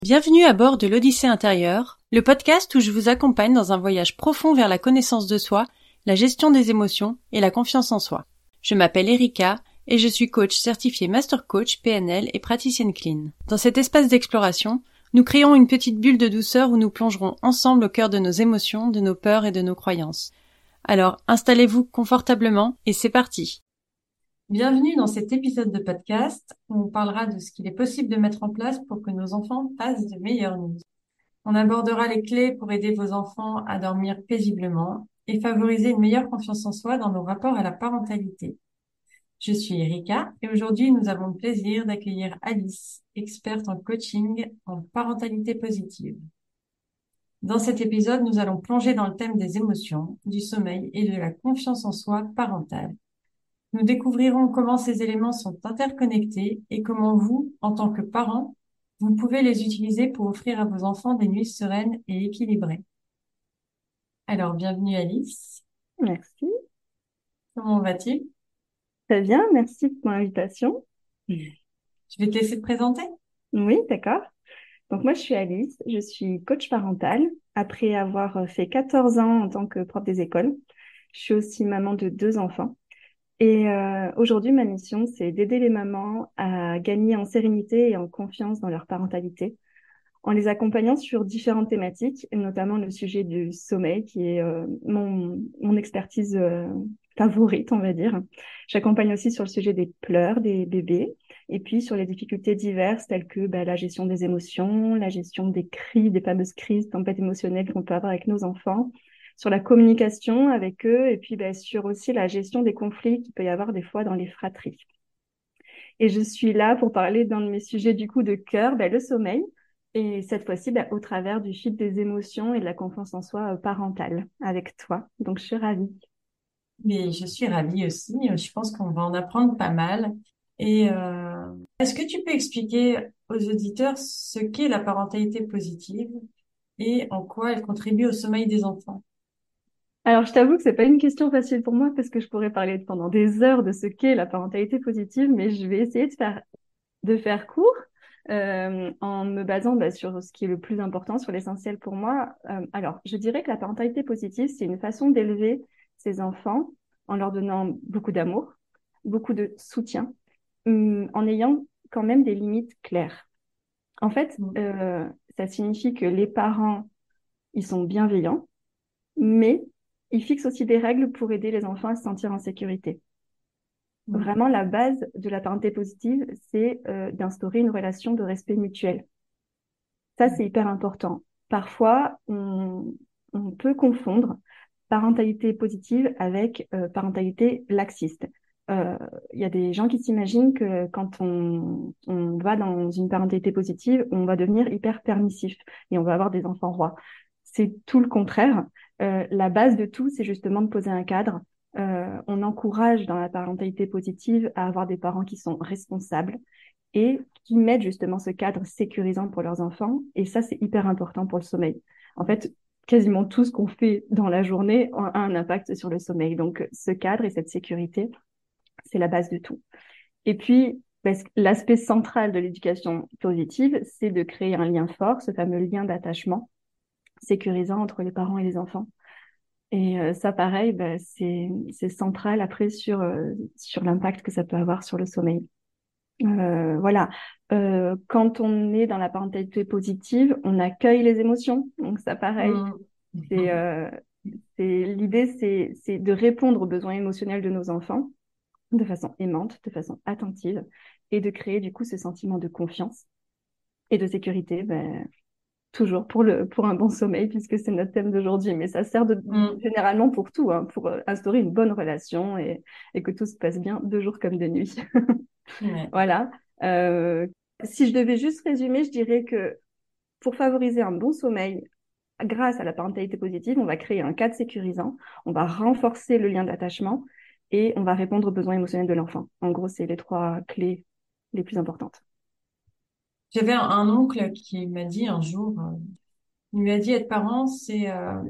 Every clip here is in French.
Bienvenue à bord de l'Odyssée intérieure, le podcast où je vous accompagne dans un voyage profond vers la connaissance de soi, la gestion des émotions et la confiance en soi. Je m'appelle Erika et je suis coach certifiée Master Coach PNL et praticienne clean. Dans cet espace d'exploration, nous créons une petite bulle de douceur où nous plongerons ensemble au cœur de nos émotions, de nos peurs et de nos croyances. Alors, installez-vous confortablement et c'est parti. Bienvenue dans cet épisode de podcast où on parlera de ce qu'il est possible de mettre en place pour que nos enfants passent de meilleures nuits. On abordera les clés pour aider vos enfants à dormir paisiblement et favoriser une meilleure confiance en soi dans nos rapports à la parentalité. Je suis Erika et aujourd'hui nous avons le plaisir d'accueillir Alice, experte en coaching en parentalité positive. Dans cet épisode, nous allons plonger dans le thème des émotions, du sommeil et de la confiance en soi parentale. Nous découvrirons comment ces éléments sont interconnectés et comment vous, en tant que parents, vous pouvez les utiliser pour offrir à vos enfants des nuits sereines et équilibrées. Alors, bienvenue Alice. Merci. Comment vas-tu? Très bien, merci pour l'invitation. Je vais te laisser te présenter. Oui, d'accord. Donc moi, je suis Alice, je suis coach parental. Après avoir fait 14 ans en tant que prof des écoles, je suis aussi maman de 2 enfants. Et aujourd'hui, ma mission, c'est d'aider les mamans à gagner en sérénité et en confiance dans leur parentalité, en les accompagnant sur différentes thématiques, et notamment le sujet du sommeil, qui est mon expertise favorite, on va dire. J'accompagne aussi sur le sujet des pleurs des bébés, et puis sur les difficultés diverses, telles que la gestion des émotions, la gestion des cris, des fameuses crises, tempêtes émotionnelles qu'on peut avoir avec nos enfants, sur la communication avec eux, et puis sur aussi la gestion des conflits qu'il peut y avoir des fois dans les fratries. Et je suis là pour parler d'un de mes sujets du coup de cœur, le sommeil. Et cette fois-ci, au travers du fil des émotions et de la confiance en soi parentale avec toi. Donc, je suis ravie. Mais je suis ravie aussi. Je pense qu'on va en apprendre pas mal. Et est-ce que tu peux expliquer aux auditeurs ce qu'est la parentalité positive et en quoi elle contribue au sommeil des enfants? Alors, je t'avoue que c'est pas une question facile pour moi parce que je pourrais parler pendant des heures de ce qu'est la parentalité positive, mais je vais essayer de faire court en me basant sur ce qui est le plus important, sur l'essentiel pour moi. Alors, je dirais que la parentalité positive, c'est une façon d'élever ses enfants en leur donnant beaucoup d'amour, beaucoup de soutien, en ayant quand même des limites claires. En fait, ça signifie que les parents, ils sont bienveillants, mais ils fixent aussi des règles pour aider les enfants à se sentir en sécurité. Vraiment, la base de la parenté positive, c'est d'instaurer une relation de respect mutuel. Ça, c'est hyper important. Parfois, on peut confondre parentalité positive avec parentalité laxiste. Il y a des gens qui s'imaginent que quand on va dans une parentalité positive, on va devenir hyper permissif et on va avoir des enfants rois. C'est tout le contraire. La base de tout, c'est justement de poser un cadre. On encourage dans la parentalité positive à avoir des parents qui sont responsables et qui mettent justement ce cadre sécurisant pour leurs enfants. Et ça, c'est hyper important pour le sommeil. En fait, quasiment tout ce qu'on fait dans la journée a un impact sur le sommeil. Donc, ce cadre et cette sécurité, c'est la base de tout. Et puis, l'aspect central de l'éducation positive, c'est de créer un lien fort, ce fameux lien d'attachement sécurisant entre les parents et les enfants. Et ça, pareil, c'est central après sur l'impact que ça peut avoir sur le sommeil. Voilà. Quand on est dans la parentalité positive, on accueille les émotions. Donc ça, pareil, c'est l'idée, c'est de répondre aux besoins émotionnels de nos enfants de façon aimante, de façon attentive, et de créer du coup ce sentiment de confiance et de sécurité, toujours pour un bon sommeil, puisque c'est notre thème d'aujourd'hui. Mais ça sert généralement pour tout, hein, pour instaurer une bonne relation et que tout se passe bien de jour comme de nuit. Ouais. Voilà. Si je devais juste résumer, je dirais que pour favoriser un bon sommeil, grâce à la parentalité positive, on va créer un cadre sécurisant, on va renforcer le lien d'attachement et on va répondre aux besoins émotionnels de l'enfant. En gros, c'est les 3 clés les plus importantes. J'avais un oncle qui m'a dit un jour, il m'a dit être parent, c'est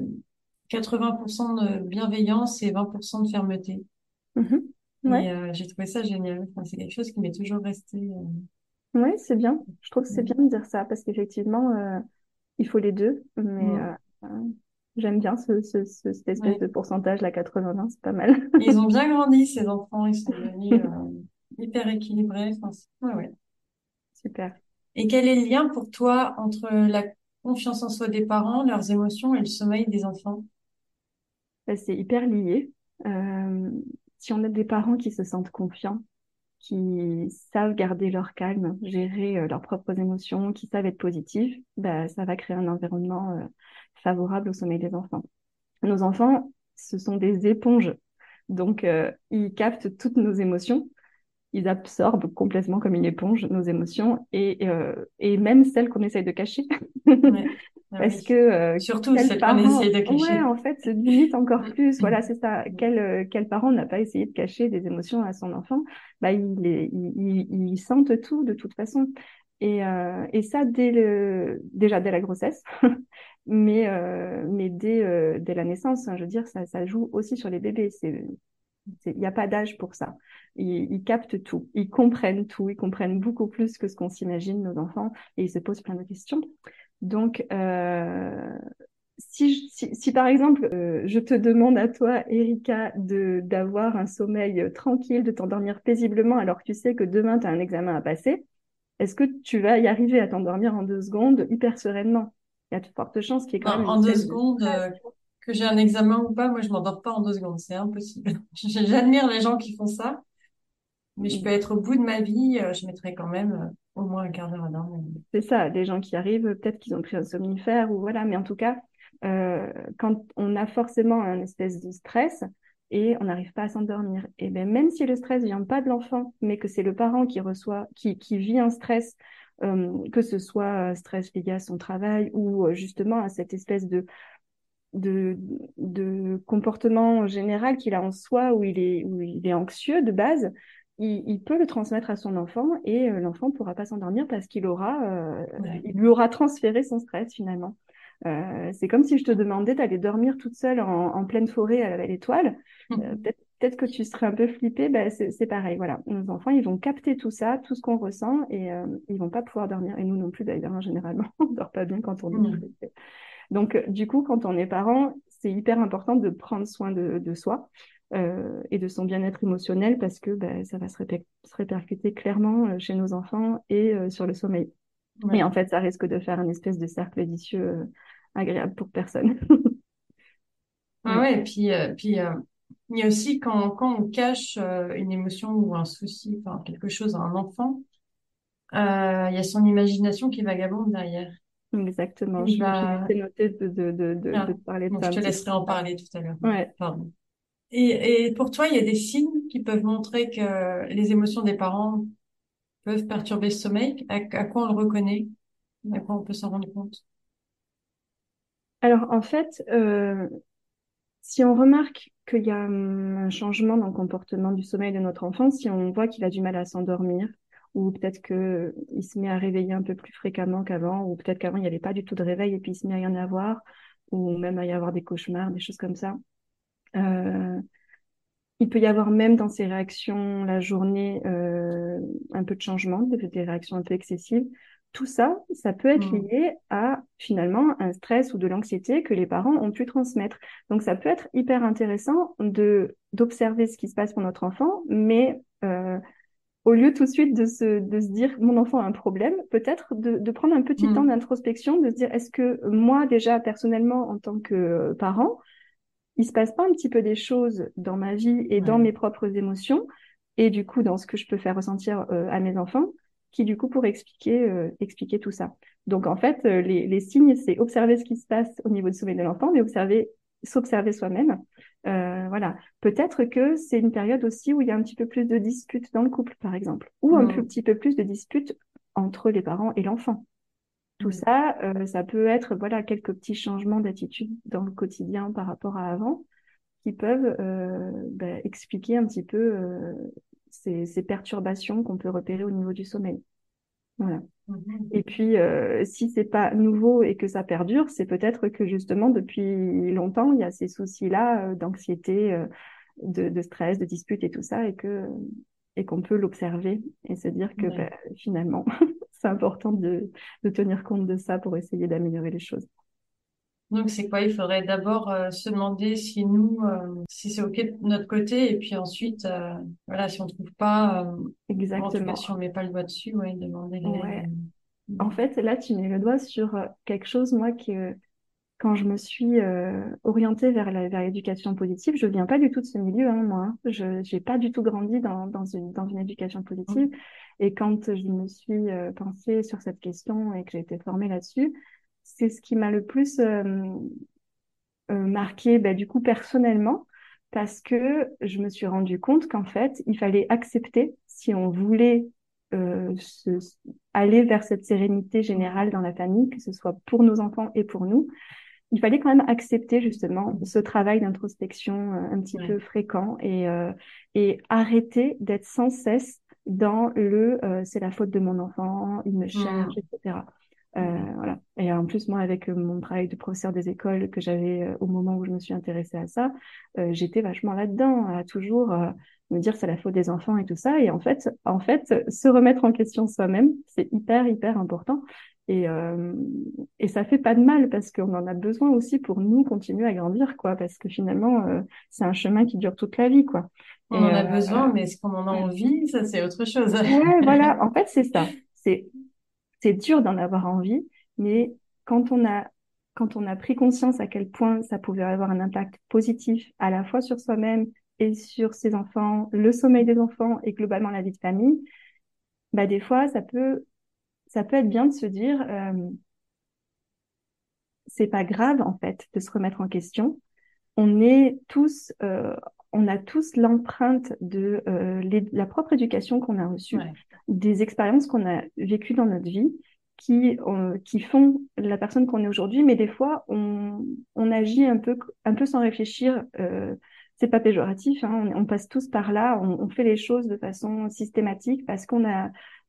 80% de bienveillance et 20% de fermeté. Mhm. Et Ouais. j'ai trouvé ça génial. Enfin, c'est quelque chose qui m'est toujours resté. Oui, c'est bien. Je trouve que c'est bien de dire ça parce qu'effectivement, il faut les deux. Mais Mm. j'aime bien cette espèce Ouais. de pourcentage, la 80-20, c'est pas mal. Ils ont bien grandi, ces enfants. Ils sont devenus hyper équilibrés. Enfin, ouais, ouais. Super. Et quel est le lien pour toi entre la confiance en soi des parents, leurs émotions et le sommeil des enfants? C'est hyper lié. Euh, Si on a des parents qui se sentent confiants, qui savent garder leur calme, gérer leurs propres émotions, qui savent être positifs, bah, ça va créer un environnement favorable au sommeil des enfants. Nos enfants, ce sont des éponges. Donc, ils captent toutes nos émotions. Ils absorbent complètement comme une éponge nos émotions et même celles qu'on essaye de cacher. Ouais. Ah Parce que oui. Surtout quel celle qu'on essaie parent, de ouais, cacher. en fait, limite encore plus. Mm. Voilà, c'est ça. Quel parent n'a pas essayé de cacher des émotions à son enfant? Bah, ils sentent tout de toute façon. Et ça déjà dès la grossesse, mais dès la naissance. Hein, je veux dire, ça joue aussi sur les bébés. Il n'y a pas d'âge pour ça. Ils captent tout, ils comprennent tout, ils comprennent beaucoup plus que ce qu'on s'imagine, nos enfants, et ils se posent plein de questions. Donc, si par exemple, je te demande à toi, Erika, d'avoir un sommeil tranquille, de t'endormir paisiblement alors que tu sais que demain, tu as un examen à passer, est-ce que tu vas y arriver à t'endormir en 2 secondes hyper sereinement? Il y a de fortes chances qu'il y ait quand Non, même une en deux espèce de secondes, stress. que j'ai un examen ou pas, moi je m'endors pas en 2 secondes, c'est impossible. J'admire les gens qui font ça, mais je peux être au bout de ma vie, je mettrai quand même au moins un quart d'heure à dormir. C'est ça, les gens qui arrivent, peut-être qu'ils ont pris un somnifère ou voilà, mais en tout cas, quand on a forcément un espèce de stress et on n'arrive pas à s'endormir, et bien même si le stress vient pas de l'enfant, mais que c'est le parent qui reçoit, qui vit un stress, que ce soit stress lié à son travail ou justement à cette espèce de, de comportement général qu'il a en soi où il est anxieux de base, il peut le transmettre à son enfant et l'enfant ne pourra pas s'endormir parce Ouais. il lui aura transféré son stress finalement. C'est comme si je te demandais d'aller dormir toute seule en pleine forêt à la belle étoile. Peut-être que tu serais un peu flippée, ben c'est pareil. Voilà, nos enfants, ils vont capter tout ça, tout ce qu'on ressent et ils vont pas pouvoir dormir. Et nous non plus d'ailleurs, hein, généralement, on dort pas bien quand on est Mm. stressé. Donc, du coup, quand on est parent, c'est hyper important de prendre soin de soi et de son bien-être émotionnel parce que ben, ça va se répercuter clairement chez nos enfants et sur le sommeil. Et Ouais. en fait, ça risque de faire une espèce de cercle vicieux agréable pour personne. Ah Mm. ouais, et puis il y a aussi quand on cache une émotion ou un souci, enfin quelque chose à un enfant, il y a son imagination qui vagabonde derrière. Exactement. Il Je va, m'étais notée de ah, te parler de bon, ça je un te petit peu laisserai plus en tard. parler tout à l'heure. Ouais. Pardon. Et pour toi, il y a des signes qui peuvent montrer que les émotions des parents peuvent perturber le sommeil. À quoi on le reconnaît? À quoi on peut s'en rendre compte? Alors, en fait, si on remarque qu'il y a un changement dans le comportement du sommeil de notre enfant, si on voit qu'il a du mal à s'endormir, ou peut-être qu'il se met à réveiller un peu plus fréquemment qu'avant, ou peut-être qu'avant il n'y avait pas du tout de réveil et puis il se met à y en avoir, ou même à y avoir des cauchemars, des choses comme ça. Euh, il peut y avoir même dans ses réactions la journée un peu de changement, des réactions un peu excessives. Tout ça, ça peut être Hmm. lié à finalement un stress ou de l'anxiété que les parents ont pu transmettre. Donc ça peut être hyper intéressant d'observer ce qui se passe pour notre enfant, mais au lieu tout de suite de se dire mon enfant a un problème, peut-être de prendre un petit temps Hmm. d'introspection, de se dire est-ce que moi déjà personnellement en tant que parent, il se passe pas un petit peu des choses dans ma vie et dans Ouais. mes propres émotions, et du coup dans ce que je peux faire ressentir à mes enfants, qui du coup pourraient expliquer tout ça. Donc en fait, les signes, c'est observer ce qui se passe au niveau du sommeil de l'enfant, mais s'observer soi-même. Voilà. Peut-être que c'est une période aussi où il y a un petit peu plus de disputes dans le couple, par exemple, ou Hmm. petit peu plus de disputes entre les parents et l'enfant. Tout Hmm. ça, ça peut être voilà quelques petits changements d'attitude dans le quotidien par rapport à avant qui peuvent expliquer un petit peu ces perturbations qu'on peut repérer au niveau du sommeil. Voilà. Hmm. Et puis, si c'est pas nouveau et que ça perdure, c'est peut-être que justement depuis longtemps, il y a ces soucis-là d'anxiété, de stress, de dispute et tout ça, et que et qu'on peut l'observer et se dire que Ouais. finalement, c'est important de tenir compte de ça pour essayer d'améliorer les choses. Donc, c'est quoi? Il faudrait d'abord se demander si nous, si c'est OK de notre côté, et puis ensuite, voilà, si on trouve pas, ou en tout cas, Exactement. si on met pas le doigt dessus, ouais, demander de l'aide. Ouais. En fait, là, tu mets le doigt sur quelque chose, moi, que quand je me suis orientée vers l'éducation positive, je viens pas du tout de ce milieu, hein, moi. Hein. Je j'ai pas du tout grandi dans une éducation positive. Et quand je me suis pensée sur cette question et que j'ai été formée là-dessus, c'est ce qui m'a le plus marqué, du coup, personnellement, parce que je me suis rendu compte qu'en fait, il fallait accepter, si on voulait aller vers cette sérénité générale dans la famille, que ce soit pour nos enfants et pour nous, il fallait quand même accepter justement ce travail d'introspection un petit Ouais. peu fréquent et arrêter d'être sans cesse dans c'est la faute de mon enfant, il me cherche, Mm. etc. Ouais. Voilà. Et en plus, moi, avec mon travail de professeur des écoles que j'avais au moment où je me suis intéressée à ça, j'étais vachement là-dedans, à toujours me dire c'est la faute des enfants et tout ça. Et en fait, se remettre en question soi-même, c'est hyper, hyper important. Et, euh, et ça fait pas de mal parce qu'on en a besoin aussi pour nous continuer à grandir, quoi. Parce que finalement, c'est un chemin qui dure toute la vie, quoi. On Et en a besoin, mais est-ce qu'on en a envie? Ça, c'est autre chose. ouais, voilà. En fait, c'est ça. C'est dur d'en avoir envie, mais quand on a quand on a pris conscience à quel point ça pouvait avoir un impact positif à la fois sur soi-même et sur ses enfants, le sommeil des enfants et globalement la vie de famille, des fois, ça peut être bien de se dire, c'est pas grave en fait de se remettre en question. On est tous, on a tous l'empreinte de la propre éducation qu'on a reçue, Ouais. des expériences qu'on a vécues dans notre vie, qui font la personne qu'on est aujourd'hui. Mais des fois, on agit un peu sans réfléchir. C'est pas péjoratif, hein, on passe tous par là. On fait les choses de façon systématique parce qu'on a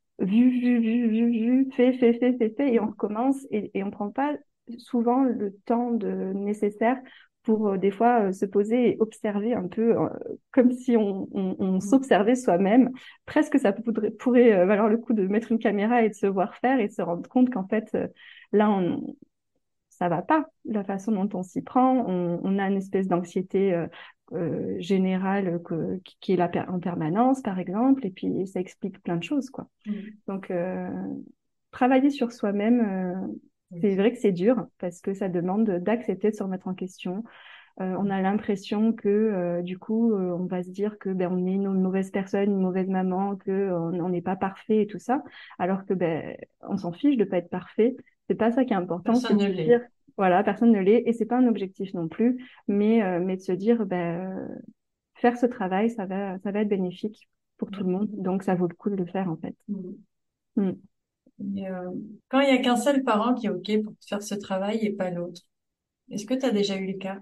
vu, fait, et on recommence et on prend pas souvent le temps nécessaire pour des fois se poser et observer un peu comme si on s'observait soi-même. Presque ça pourrait valoir le coup de mettre une caméra et de se voir faire et de se rendre compte qu'en fait là ça va pas la façon dont on s'y prend. On a une espèce d'anxiété générale qui est là en permanence, par exemple, et puis ça explique plein de choses, quoi. Mm. Donc, travailler sur soi-même, c'est Oui. vrai que c'est dur parce que ça demande d'accepter de se remettre en question. On a l'impression que du coup, on va se dire que on est une mauvaise personne, une mauvaise maman, que on n'est pas parfait et tout ça, alors que on s'en fiche de pas être parfait. C'est pas ça qui est important, c'est Personne de ne se l'est. dire voilà, personne ne l'est et c'est pas un objectif non plus, mais de se dire faire ce travail, ça va être bénéfique pour tout le monde, donc ça vaut le coup de le faire en fait. Mm. Mm. Et, quand il y a qu'un seul parent qui est OK pour faire ce travail et pas l'autre, est-ce que tu as déjà eu le cas?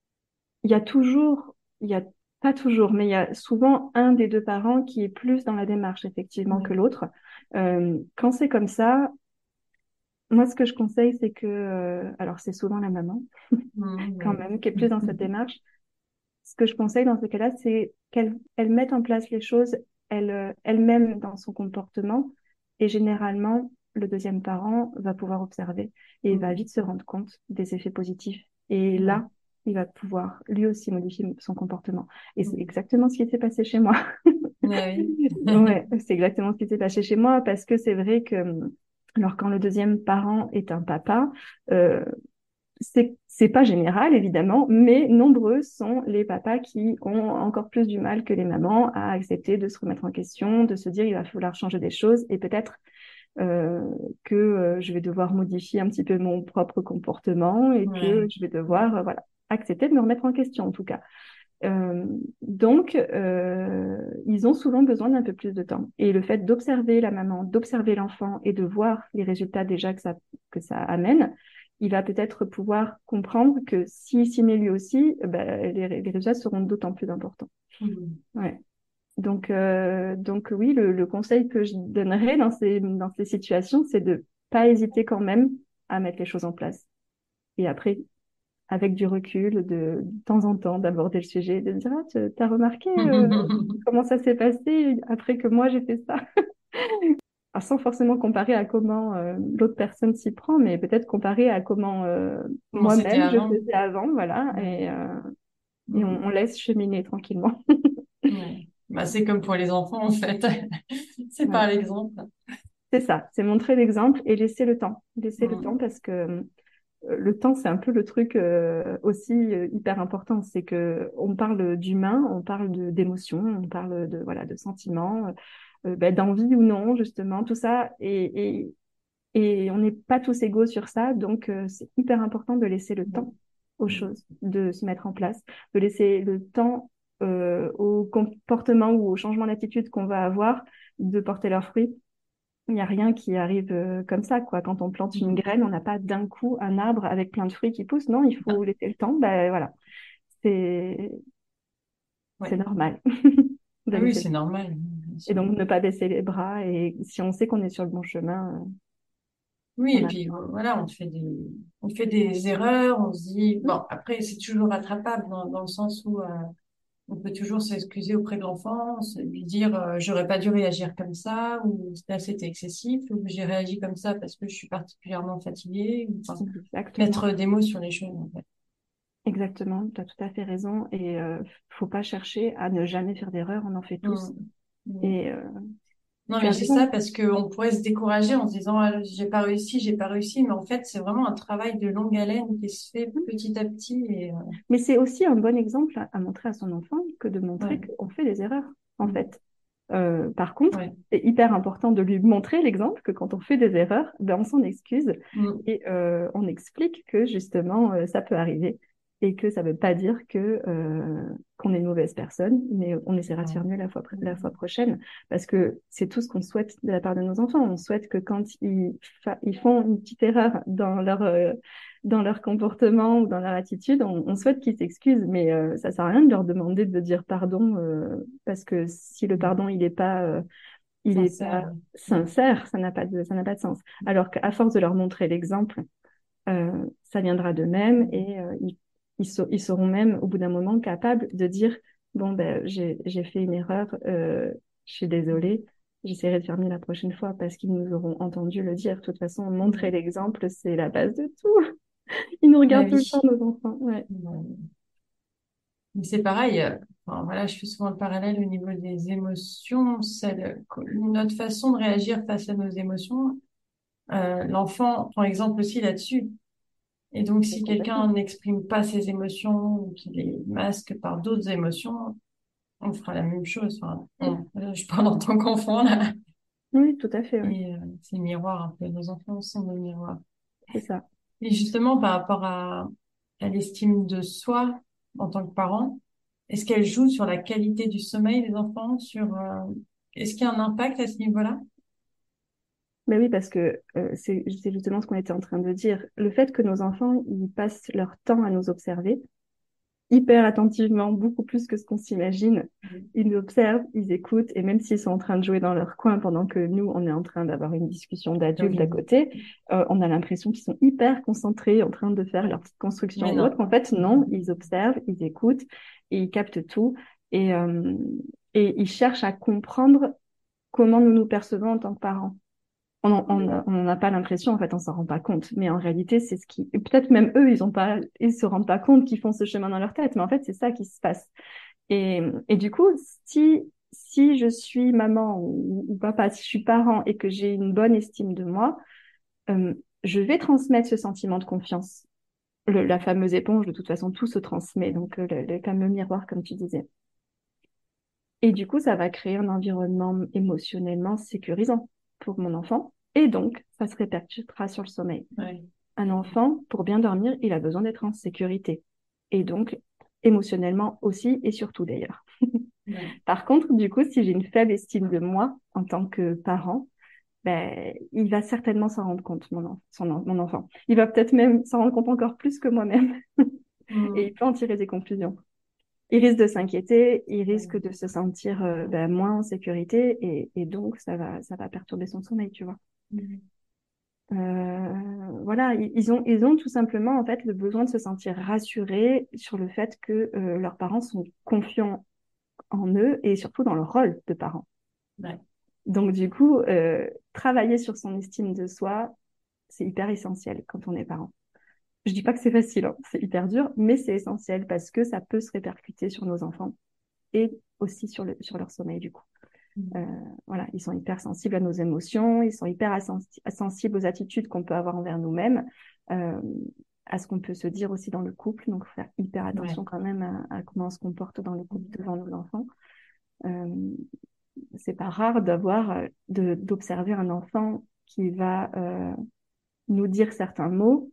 Il y a pas toujours, mais il y a souvent un des deux parents qui est plus dans la démarche, effectivement, que Ouais. l'autre. Quand c'est comme ça, moi, ce que je conseille, c'est que, alors c'est souvent la maman, Mm, quand oui. même, qui est plus dans cette démarche. Ce que je conseille dans ce cas-là, c'est qu'elle mette en place les choses elle-même dans son comportement. Et généralement, le deuxième parent va pouvoir observer et il va Mm. vite se rendre compte des effets positifs. Et Ouais. là, il va pouvoir lui aussi modifier son comportement. Et c'est Mm. exactement ce qui s'est passé chez moi. Ah oui. Ouais, c'est exactement ce qui s'est passé chez moi parce que c'est vrai que, alors quand le deuxième parent est un papa, euh, c'est pas général, évidemment, mais nombreux sont les papas qui ont encore plus du mal que les mamans à accepter de se remettre en question, de se dire il va falloir changer des choses et peut-être euh, que je vais devoir modifier un petit peu mon propre comportement et que Ouais. je vais devoir voilà, accepter de me remettre en question en tout cas. Donc, ils ont souvent besoin d'un peu plus de temps. Et le fait d'observer la maman, d'observer l'enfant et de voir les résultats déjà que ça amène, il va peut-être pouvoir comprendre que s'il s'y met lui aussi, les résultats seront d'autant plus importants. Mm. Ouais. Donc oui, le conseil que je donnerais dans ces situations, c'est de pas hésiter quand même à mettre les choses en place. Et après, avec du recul, de temps en temps, d'aborder le sujet, de dire, ah, t'as remarqué comment ça s'est passé après que moi j'ai fait ça? Alors, sans forcément comparer à comment l'autre personne s'y prend, mais peut-être comparer à comment Comment c'était moi-même je avant? faisais avant, voilà, Ouais. et Mm. on laisse cheminer tranquillement. Ouais. Bah, c'est comme pour les enfants, en fait. C'est par Voilà. l'exemple. C'est ça, c'est montrer l'exemple et laisser le temps. Laisser le temps Mm. parce que le temps, c'est un peu le truc aussi hyper important. C'est que on parle d'humain, on parle d'émotions, on parle de voilà de sentiments, d'envie ou non justement, tout ça. Et on n'est pas tous égaux sur ça, donc c'est hyper important de laisser le temps aux Mm. choses, de se mettre en place, de laisser le temps au comportement ou au changement d'attitude qu'on va avoir de porter leurs fruits. Il n'y a rien qui arrive comme ça, quoi. Quand on plante une Mm. graine, on n'a pas d'un coup un arbre avec plein de fruits qui poussent. Non, il faut laisser le temps. Ben voilà, c'est c'est Ouais. normal de Ah oui, laisser le c'est temps. normal, bien Et sûr. donc ne pas baisser les bras. Et si on sait qu'on est sur le bon chemin, Oui, on et a. puis voilà, on fait des erreurs, on se dit, bon, après, c'est toujours rattrapable dans le sens où on peut toujours s'excuser auprès de l'enfant, lui dire, j'aurais pas dû réagir comme ça, ou là, c'était excessif, ou j'ai réagi comme ça parce que je suis particulièrement fatiguée, ou, enfin, Exactement. mettre des mots sur les choses, en fait. Exactement, tu as tout à fait raison. Et faut pas chercher à ne jamais faire d'erreur, on en fait tous. Mm. Mm. Et Non, tu mais as je dis ça raison. parce qu'on pourrait se décourager en se disant, ah, j'ai pas réussi, mais en fait, c'est vraiment un travail de longue haleine qui se fait petit à petit et, Mais c'est aussi un bon exemple à montrer à son enfant que de montrer ouais. qu'on fait des erreurs, en Mm. fait. Par contre, Ouais. c'est hyper important de lui montrer l'exemple que quand on fait des erreurs, ben on s'en excuse Mm. et on explique que justement ça peut arriver et que ça ne veut pas dire que qu'on est une mauvaise personne, mais on essaiera de faire Ouais. mieux la fois Mm. prochaine parce que c'est tout ce qu'on souhaite de la part de nos enfants. On souhaite que quand ils font une petite erreur dans leur comportement ou dans leur attitude, on souhaite qu'ils s'excusent, mais ça sert à rien de leur demander de dire pardon parce que si le Mm. pardon il est pas Sincère. Mm. sincère, ça n'a pas de sens. Alors qu'à force de leur montrer l'exemple, ça viendra d'eux-mêmes Mm. et ils seront même au bout d'un moment capables de dire bon ben j'ai fait une erreur, je suis désolée. J'essaierai de faire mieux la prochaine fois parce qu'ils nous auront entendu le dire. De toute façon, montrer Mm. l'exemple, c'est la base de tout. Ils nous Bah regardent tout le temps, oui. nos enfants. Ouais. Ouais. Mais c'est pareil. Enfin, voilà, je fais souvent le parallèle au niveau des émotions. Notre façon de réagir face à nos émotions. L'enfant prend exemple aussi là-dessus. Et donc, Mais si quelqu'un complètement. n'exprime pas ses émotions ou qu'il les masque par d'autres émotions, on fera la même chose. Enfin, je parle en tant qu'enfant, là. Oui, tout à fait, ouais. Et c'est le miroir un peu. Nos enfants sont nos miroirs. C'est ça. Et justement, par rapport à l'estime de soi en tant que parent, est-ce qu'elle joue sur la qualité du sommeil des enfants, est-ce qu'il y a un impact à ce niveau-là? Mais oui, parce que c'est justement ce qu'on était en train de dire. Le fait que nos enfants, ils passent leur temps à nous observer, hyper attentivement, beaucoup plus que ce qu'on s'imagine. Ils nous observent, ils écoutent, et même s'ils sont en train de jouer dans leur coin pendant que nous, on est en train d'avoir une discussion d'adultes à Oui. côté, on a l'impression qu'ils sont hyper concentrés, en train de faire Ouais. leur petite construction Mais ou autre. non. En fait, non, ils observent, ils écoutent, et ils captent tout, et, euh, et ils cherchent à comprendre comment nous nous percevons en tant que parents. On n'a pas l'impression, en fait, on s'en rend pas compte. Mais en réalité, c'est ce qui, et peut-être même eux, ils se rendent pas compte qu'ils font ce chemin dans leur tête. Mais en fait, c'est ça qui se passe. Et du coup, si je suis maman ou papa, si je suis parent et que j'ai une bonne estime de moi, je vais transmettre ce sentiment de confiance. La fameuse éponge, de toute façon, tout se transmet. Donc, le fameux miroir, comme tu disais. Et du coup, ça va créer un environnement émotionnellement sécurisant pour mon enfant. Et donc, ça se répercutera sur le sommeil. Ouais. Un enfant, pour bien dormir, il a besoin d'être en sécurité. Et donc, émotionnellement aussi et surtout d'ailleurs. Ouais. Par contre, du coup, si j'ai une faible estime de moi en tant que parent, ben, il va certainement s'en rendre compte, mon enfant. Il va peut-être même s'en rendre compte encore plus que moi-même. Et il Mm. peut en tirer des conclusions. Il risque de s'inquiéter, il risque Ouais. de se sentir moins en sécurité et donc ça va perturber son sommeil, tu vois. Mm. Voilà, ils ont tout simplement en fait le besoin de se sentir rassurés sur le fait que leurs parents sont confiants en eux et surtout dans leur rôle de parents. Ouais. Donc du coup, travailler sur son estime de soi, c'est hyper essentiel quand on est parent. Je dis pas que c'est facile, hein, c'est hyper dur, mais c'est essentiel parce que ça peut se répercuter sur nos enfants et aussi sur leur sommeil du coup. Euh, voilà, ils sont hyper sensibles à nos émotions, ils sont hyper sensibles aux attitudes qu'on peut avoir envers nous-mêmes, euh, à ce qu'on peut se dire aussi dans le couple. Donc, faut faire hyper Ouais. attention quand même à comment on se comporte dans le couple devant nos enfants. Euh, c'est pas rare d'observer un enfant qui va nous dire certains mots.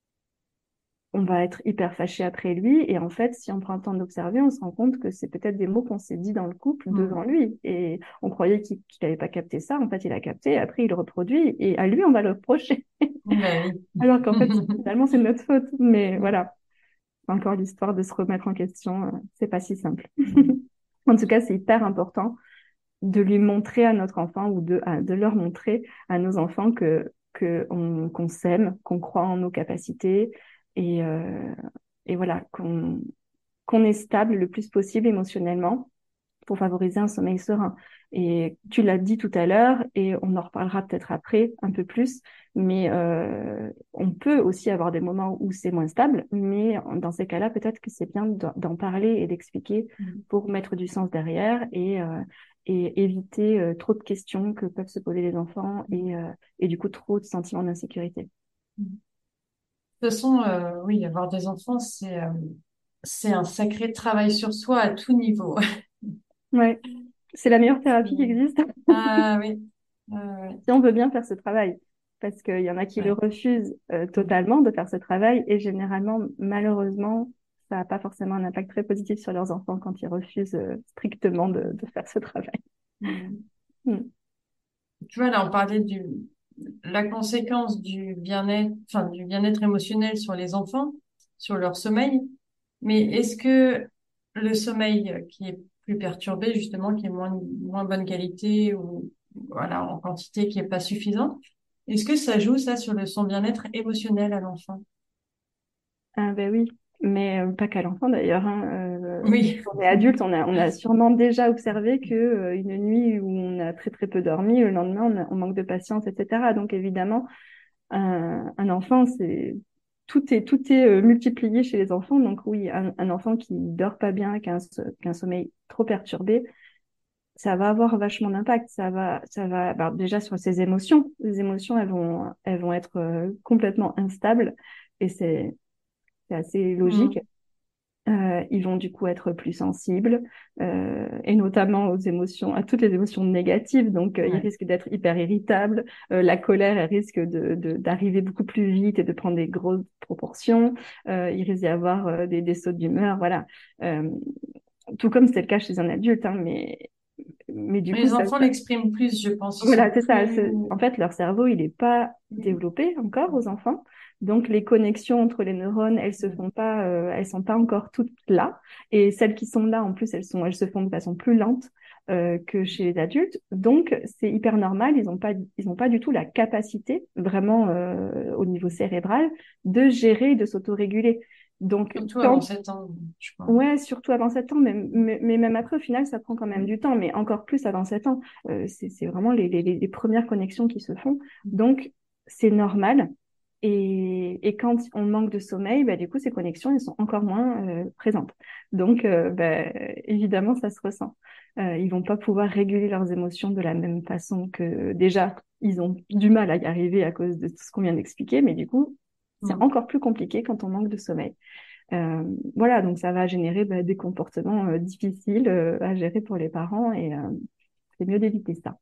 On va être hyper fâché après lui. Et en fait, si on prend le temps d'observer, on se rend compte que c'est peut-être des mots qu'on s'est dit dans le couple Mm. devant lui. Et on croyait qu'il n'avait pas capté ça. En fait, il a capté. Et après, il le reproduit. Et à lui, on va le reprocher. Bah oui. Alors qu'en fait, finalement, c'est notre faute. Mais voilà, c'est encore l'histoire de se remettre en question. C'est pas si simple. En tout cas, c'est hyper important de lui montrer à notre enfant ou de leur montrer à nos enfants qu'on s'aime, qu'on croit en nos capacités et, euh, et voilà, qu'on est stable le plus possible émotionnellement pour favoriser un sommeil serein. Et tu l'as dit tout à l'heure, et on en reparlera peut-être après un peu plus, mais on peut aussi avoir des moments où c'est moins stable, mais dans ces cas-là, peut-être que c'est bien d'en parler et d'expliquer pour mettre du sens derrière et éviter trop de questions que peuvent se poser les enfants et du coup trop de sentiments d'insécurité. De toute façon, oui, avoir des enfants, c'est un sacré travail sur soi à tout niveau. Ouais, c'est la meilleure thérapie qui existe. Ah oui. Ouais. Si on veut bien faire ce travail. Parce qu'il y en a qui le Ouais. refusent Mm. totalement de faire ce travail et généralement, malheureusement, ça n'a pas forcément un impact très positif sur leurs enfants quand ils refusent strictement de faire ce travail. Mm. Mm. Tu vois, là, on parlait la conséquence du bien-être émotionnel sur les enfants, sur leur sommeil. Mais est-ce que le sommeil qui est plus perturbé, justement, qui est moins bonne qualité ou, voilà, en quantité qui est pas suffisante, est-ce que ça joue, ça, sur son bien-être émotionnel à l'enfant? Ah ben oui, mais pas qu'à l'enfant d'ailleurs, hein. Oui. Quand on est adulte, on a sûrement déjà observé que une nuit où on a très très peu dormi, le lendemain on manque de patience, etc. Donc évidemment, un enfant, tout est multiplié chez les enfants. Donc oui, un enfant qui dort pas bien, qui a un sommeil trop perturbé, ça va avoir vachement d'impact. Ça va, bah, déjà sur ses émotions. Les émotions, elles vont être complètement instables et c'est assez logique. Mm. Ils vont du coup être plus sensibles et notamment aux émotions, à toutes les émotions négatives. Donc, ils Ouais. risquent d'être hyper irritables. La colère, elle risque d'arriver beaucoup plus vite et de prendre des grosses proportions. Il risque d'y avoir des sauts d'humeur, voilà. Euh, tout comme c'est le cas chez un adulte, hein, mais du Mais coup, les enfants l'expriment plus, je pense. Ils voilà, sont c'est ça. plus... En fait, leur cerveau, il n'est pas développé encore aux enfants. Donc, les connexions entre les neurones, elles sont pas encore toutes là. Et celles qui sont là, en plus, elles se font de façon plus lente que chez les adultes. Donc, c'est hyper normal. Ils ont pas du tout la capacité, vraiment au niveau cérébral, de gérer et de s'autoréguler. Donc, Surtout avant 7 ans, je crois. ouais, surtout avant 7 ans, mais même après, au final, ça prend quand même du temps, mais encore plus avant 7 ans. C'est vraiment les premières connexions qui se font. Donc, c'est normal. Et quand on manque de sommeil, bah, du coup, ces connexions, elles sont encore moins présentes. Donc, bah, évidemment, ça se ressent. Ils vont pas pouvoir réguler leurs émotions de la même façon que déjà, ils ont du mal à y arriver à cause de tout ce qu'on vient d'expliquer, mais du coup, c'est Mm. encore plus compliqué quand on manque de sommeil. Voilà, donc ça va générer des comportements difficiles à gérer pour les parents et c'est mieux d'éviter ça.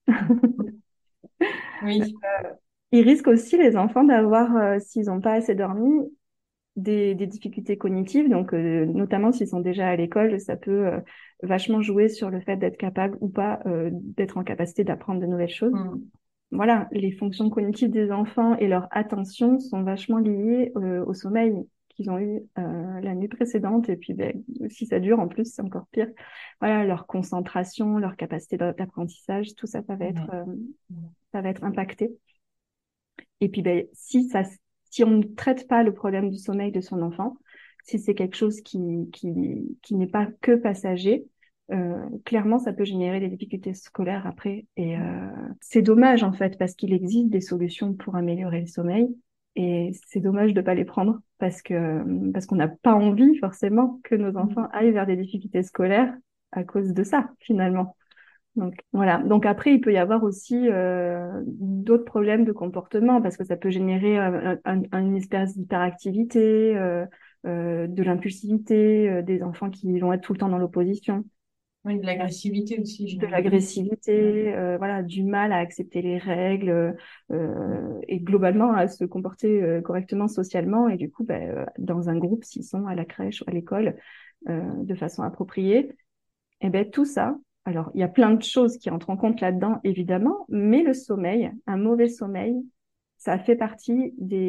Oui. Ils risquent aussi, les enfants, d'avoir, s'ils n'ont pas assez dormi, des difficultés cognitives. Donc, notamment s'ils sont déjà à l'école, ça peut vachement jouer sur le fait d'être capable ou pas d'être en capacité d'apprendre de nouvelles choses. Mm. Voilà, les fonctions cognitives des enfants et leur attention sont vachement liées au sommeil qu'ils ont eu la nuit précédente. Et puis, ben, si ça dure, en plus, c'est encore pire. Voilà, leur concentration, leur capacité d'apprentissage, tout ça, Ouais. ça va être impacté. Et puis, ben, si on ne traite pas le problème du sommeil de son enfant, si c'est quelque chose qui n'est pas que passager, clairement, ça peut générer des difficultés scolaires après. Et c'est dommage, en fait, parce qu'il existe des solutions pour améliorer le sommeil. Et c'est dommage de pas les prendre parce qu'on n'a pas envie, forcément, que nos enfants aillent vers des difficultés scolaires à cause de ça, finalement. Donc voilà. Donc après, il peut y avoir aussi d'autres problèmes de comportement parce que ça peut générer une espèce d'hyperactivité, de l'impulsivité, des enfants qui vont être tout le temps dans l'opposition, Oui, de l'agressivité aussi, de j'imagine. l'agressivité, voilà, du mal à accepter les règles et globalement à se comporter correctement socialement et du coup, ben, dans un groupe, s'ils sont à la crèche ou à l'école, de façon appropriée. Eh ben, tout ça, alors il y a plein de choses qui entrent en compte là-dedans, évidemment, mais le sommeil, un mauvais sommeil, ça fait partie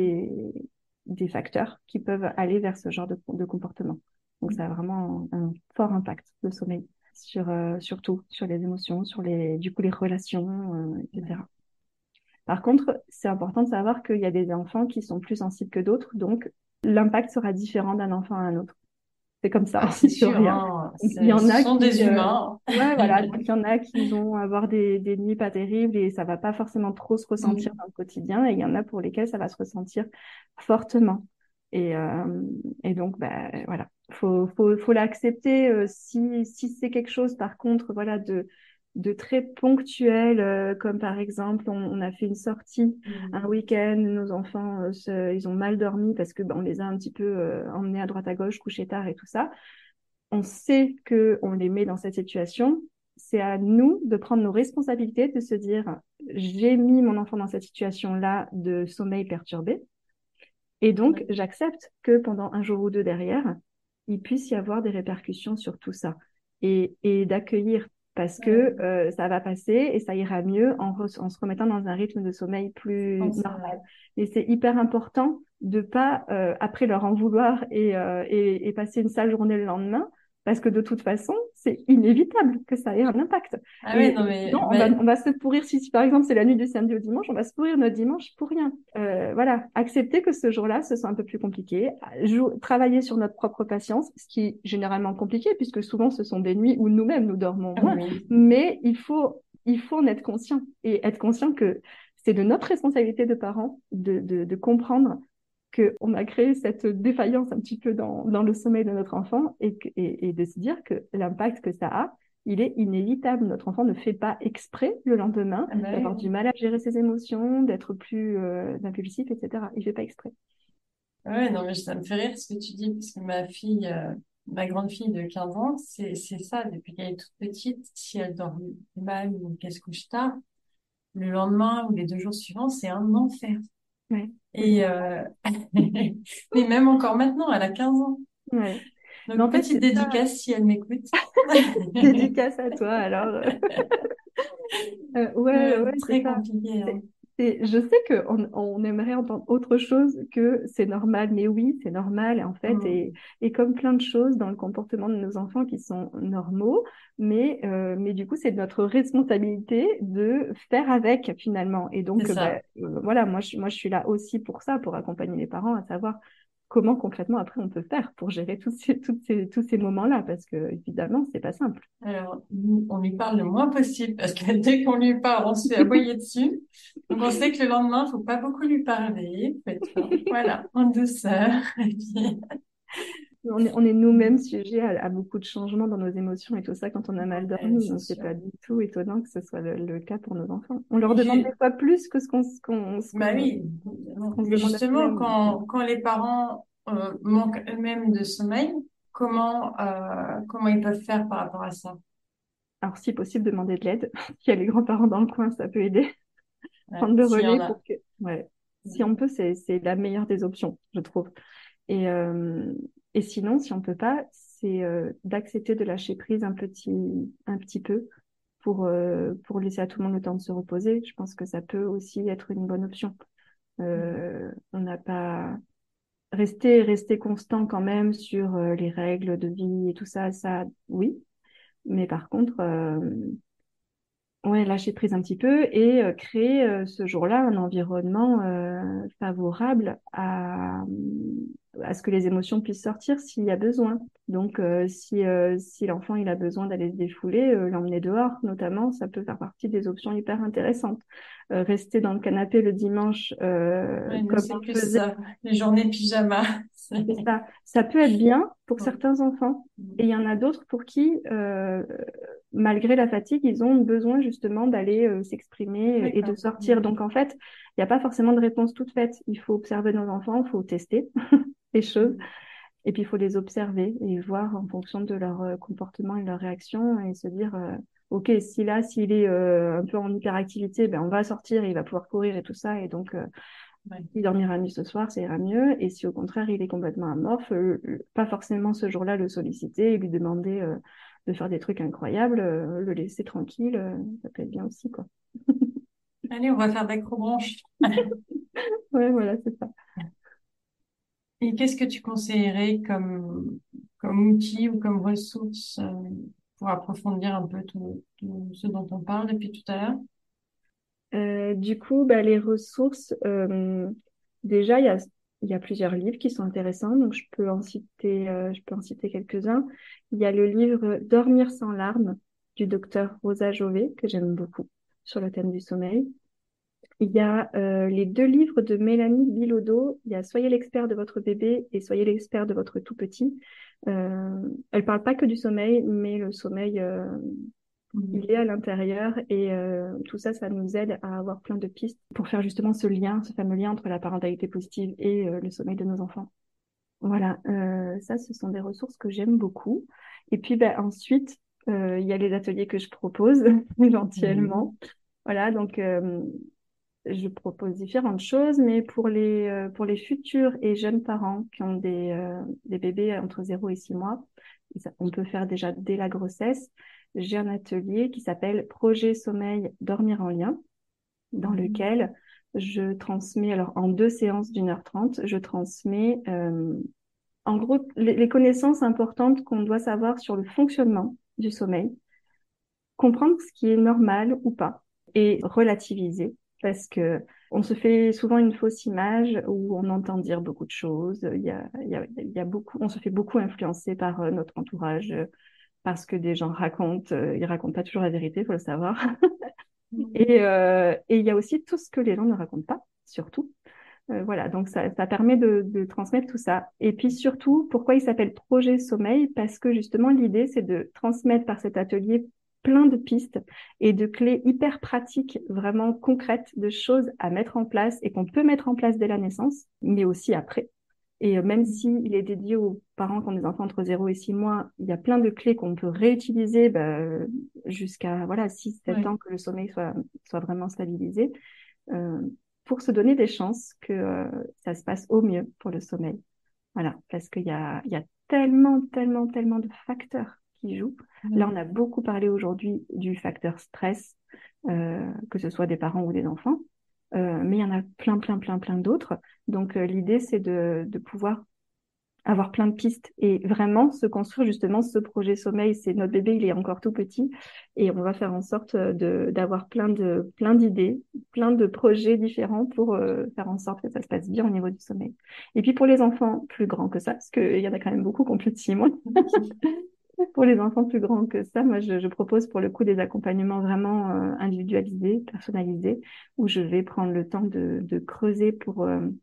des facteurs qui peuvent aller vers ce genre de comportement. Donc ça a vraiment un fort impact, le sommeil, sur tout, sur les émotions, du coup, les relations, etc. Par contre, c'est important de savoir qu'il y a des enfants qui sont plus sensibles que d'autres, donc l'impact sera différent d'un enfant à un autre. C'est comme ça, Ah, il c'est n'y sûr, rien. hein. Il y en Ce a sont qui, des humains. ouais, voilà, donc il y en a qui vont avoir des nuits pas terribles et ça va pas forcément trop se ressentir Mm. dans le quotidien, et il y en a pour lesquels ça va se ressentir fortement. Et, euh, et donc, bah, voilà, faut l'accepter. Si c'est quelque chose, par contre, voilà, de très ponctuel, comme par exemple, on a fait une sortie un Mm. week-end, nos enfants, ils ont mal dormi parce que on les a un petit peu emmenés à droite à gauche, couchés tard et tout ça. On sait que on les met dans cette situation. C'est à nous de prendre nos responsabilités, de se dire, j'ai mis mon enfant dans cette situation-là de sommeil perturbé. Et donc, Oui, j'accepte que pendant un jour ou deux derrière, il puisse y avoir des répercussions sur tout ça. Et d'accueillir parce que oui. ça va passer et ça ira mieux en se remettant dans un rythme de sommeil plus Non, c'est normal. vrai. Et c'est hyper important de pas, après leur en vouloir et passer une sale journée le lendemain, parce que de toute façon, c'est inévitable que ça ait un impact. Ah ouais, Et non, mais, sinon, on va se pourrir, si par exemple c'est la nuit du samedi au dimanche, on va se pourrir notre dimanche pour rien. Voilà, accepter que ce jour-là, ce soit un peu plus compliqué, travailler sur notre propre patience, ce qui est généralement compliqué, puisque souvent ce sont des nuits où nous-mêmes nous dormons moins, oui. mais il faut en être conscient et être conscient que c'est de notre responsabilité de parents de comprendre qu'on a créé cette défaillance un petit peu dans le sommeil de notre enfant et de se dire que l'impact que ça a, il est inévitable. Notre enfant ne fait pas exprès le lendemain Ah bah d'avoir du oui. mal à gérer ses émotions, d'être plus impulsif, etc. Il fait pas exprès. Ouais, non, mais ça me fait rire ce que tu dis, parce que ma fille, ma grande fille de 15 ans, c'est ça, depuis qu'elle est toute petite, si elle dort mal ou qu'elle se couche tard, le lendemain ou les 2 jours suivants, c'est un enfer. Ouais, mais c'est Et, mais même encore maintenant, elle a 15 ans. ouais. Mais Donc, en fait, petite c'est ça. dédicace si elle m'écoute. Dédicace à toi. Alors, ouais, ouais, c'est Très ça. compliqué, hein. C'est- je sais qu'on aimerait entendre autre chose que c'est normal, mais oui, c'est normal en fait, Mm. et comme plein de choses dans le comportement de nos enfants qui sont normaux, mais du coup, c'est notre responsabilité de faire avec finalement. Et C'est donc, bah, ça. voilà, moi, je suis là aussi pour ça, pour accompagner les parents à savoir comment concrètement après on peut faire pour gérer tous ces moments-là, parce que évidemment, c'est pas simple. Alors, nous, on lui parle le moins possible parce que dès qu'on lui parle, on se fait aboyer dessus. Donc, on sait que le lendemain, faut pas beaucoup lui parler. Faut être, voilà, en douceur. Et puis, On est nous-mêmes sujets à beaucoup de changements dans nos émotions et tout ça quand on a mal dormi. c'est Donc, c'est sûr. pas du tout étonnant que ce soit le cas pour nos enfants. On leur Et demande des fois plus que ce bah qu'on oui. ce qu'on se Mais demande à justement, nous-mêmes. Donc, quand les parents manquent eux-mêmes de sommeil, comment ils peuvent faire par rapport à ça? alors, si possible, demander de l'aide. S'il y a les grands-parents dans le coin, ça peut aider. Ouais, Prendre le s'il y relais en a. pour que, ouais, si on peut, c'est la meilleure des options, je trouve. Et, euh, et sinon, si on peut pas, c'est d'accepter de lâcher prise un petit peu pour laisser à tout le monde le temps de se reposer. Je pense que ça peut aussi être une bonne option. On n'a pas rester constant quand même sur les règles de vie et tout ça, ça oui. Mais par contre, ouais, lâcher prise un petit peu et créer ce jour-là un environnement favorable à ce que les émotions puissent sortir s'il y a besoin. Donc, si l'enfant il a besoin d'aller se défouler, l'emmener dehors, notamment, ça peut faire partie des options hyper intéressantes. Rester dans le canapé le dimanche, Ouais, nous, comme c'est on le plus faisait, ça, les journées pyjama. c'est ça. Ça peut être bien pour Ouais. certains enfants. Et il y en a d'autres pour qui, malgré la fatigue, ils ont besoin justement d'aller s'exprimer et de D'accord. sortir. Donc en fait, il n'y a pas forcément de réponse toute faite. Il faut observer nos enfants, il faut tester les choses. Et puis il faut les observer et voir en fonction de leur comportement et leur réaction et se dire, OK, si là, s'il est un peu en hyperactivité, ben on va sortir, il va pouvoir courir et tout ça. Et donc, Ouais. il dormira mieux ce soir, ça ira mieux. Et si au contraire il est complètement amorphe, pas forcément ce jour-là le solliciter et lui demander de faire des trucs incroyables, le laisser tranquille, ça peut être bien aussi, quoi. Allez, on va faire d'acrobranche. Ouais, voilà, c'est ça. Et qu'est-ce que tu conseillerais comme outil ou comme ressource pour approfondir un peu tout ce dont on parle depuis tout à l'heure? Du coup, bah, les ressources, déjà, il y a plusieurs livres qui sont intéressants, donc je peux en citer quelques-uns. Il y a le livre Dormir sans larmes du docteur Rosa Jové, que j'aime beaucoup, sur le thème du sommeil. Il y a les deux livres de Mélanie Bilodeau. Il y a Soyez l'expert de votre bébé et Soyez l'expert de votre tout petit. Elle parle pas que du sommeil, mais le sommeil, il est à l'intérieur et tout ça, ça nous aide à avoir plein de pistes pour faire justement ce lien, ce fameux lien entre la parentalité positive et le sommeil de nos enfants. Voilà, ça, ce sont des ressources que j'aime beaucoup. Et puis ben, ensuite, il y a les ateliers que je propose Mhm. éventuellement. Voilà, donc je propose différentes choses, mais pour les futurs et jeunes parents qui ont des bébés entre 0 et 6 mois, et ça, on peut faire déjà dès la grossesse, j'ai un atelier qui s'appelle Projet Sommeil Dormir en lien, dans Mhm. lequel je transmets, alors en 2 séances d'1h30, je transmets en gros les connaissances importantes qu'on doit savoir sur le fonctionnement du sommeil, comprendre ce qui est normal ou pas et relativiser parce que on se fait souvent une fausse image où on entend dire beaucoup de choses. Il y a beaucoup, on se fait beaucoup influencer par notre entourage parce que des gens racontent, ils racontent pas toujours la vérité, faut le savoir. Et il y a aussi tout ce que les gens ne racontent pas, surtout. Voilà, donc ça permet de transmettre tout ça. Et puis surtout, pourquoi il s'appelle Projet Sommeil? Parce que justement, l'idée, c'est de transmettre par cet atelier plein de pistes et de clés hyper pratiques, vraiment concrètes, de choses à mettre en place et qu'on peut mettre en place dès la naissance, mais aussi après. Et même s'il est dédié aux parents qui ont des enfants entre 0 et 6 mois, il y a plein de clés qu'on peut réutiliser jusqu'à voilà, 6, 7 Ouais. ans que le sommeil soit vraiment stabilisé euh, pour se donner des chances que ça se passe au mieux pour le sommeil. Voilà, parce il y a tellement, tellement, tellement de facteurs qui jouent. Là, on a beaucoup parlé aujourd'hui du facteur stress, que ce soit des parents ou des enfants, mais il y en a plein, plein, plein, plein d'autres. Donc, l'idée, c'est de pouvoir avoir plein de pistes et vraiment se construire justement ce projet sommeil. C'est notre bébé, il est encore tout petit et on va faire en sorte d'avoir plein d'idées, plein de projets différents pour faire en sorte que ça se passe bien au niveau du sommeil. Et puis pour les enfants plus grands que ça, parce qu'il y en a quand même beaucoup qui ont plus de 6 mois, pour les enfants plus grands que ça, moi je propose pour le coup des accompagnements vraiment individualisés, personnalisés, où je vais prendre le temps de creuser pour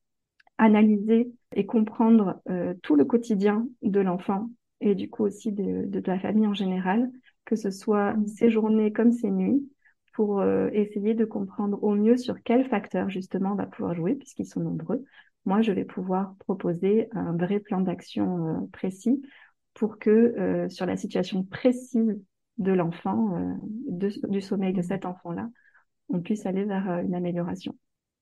analyser et comprendre tout le quotidien de l'enfant et du coup aussi de la famille en général, que ce soit ses journées comme ses nuits, pour essayer de comprendre au mieux sur quels facteurs justement on va pouvoir jouer, puisqu'ils sont nombreux. Moi, je vais pouvoir proposer un vrai plan d'action précis pour que sur la situation précise de l'enfant, du sommeil de cet enfant-là, on puisse aller vers une amélioration.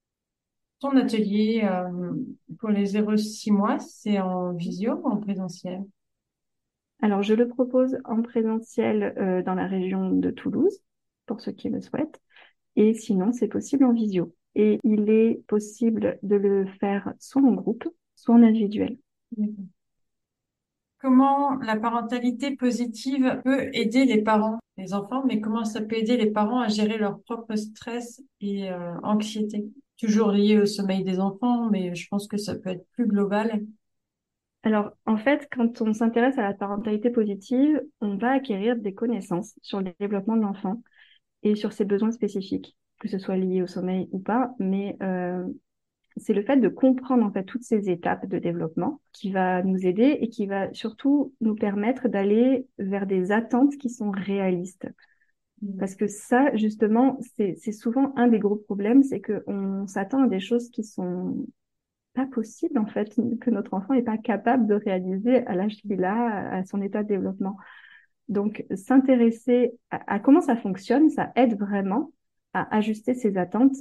Ton atelier pour les 0 6 mois, c'est en visio ou en présentiel? Alors, je le propose en présentiel dans la région de Toulouse, pour ceux qui le souhaitent, et sinon, c'est possible en visio. Et il est possible de le faire soit en groupe, soit en individuel. D'accord. comment la parentalité positive peut aider les parents, les enfants, mais comment ça peut aider les parents à gérer leur propre stress et anxiété. Toujours lié au sommeil des enfants, mais je pense que ça peut être plus global. Alors, en fait, quand on s'intéresse à la parentalité positive, on va acquérir des connaissances sur le développement de l'enfant et sur ses besoins spécifiques, que ce soit lié au sommeil ou pas, mais c'est le fait de comprendre en fait toutes ces étapes de développement qui va nous aider et qui va surtout nous permettre d'aller vers des attentes qui sont réalistes. Mm. Parce que ça, justement, c'est souvent un des gros problèmes, c'est qu'on s'attend à des choses qui sont pas possibles, en fait, que notre enfant n'est pas capable de réaliser à l'âge qu'il a, à son état de développement. Donc, s'intéresser à comment ça fonctionne, ça aide vraiment à ajuster ses attentes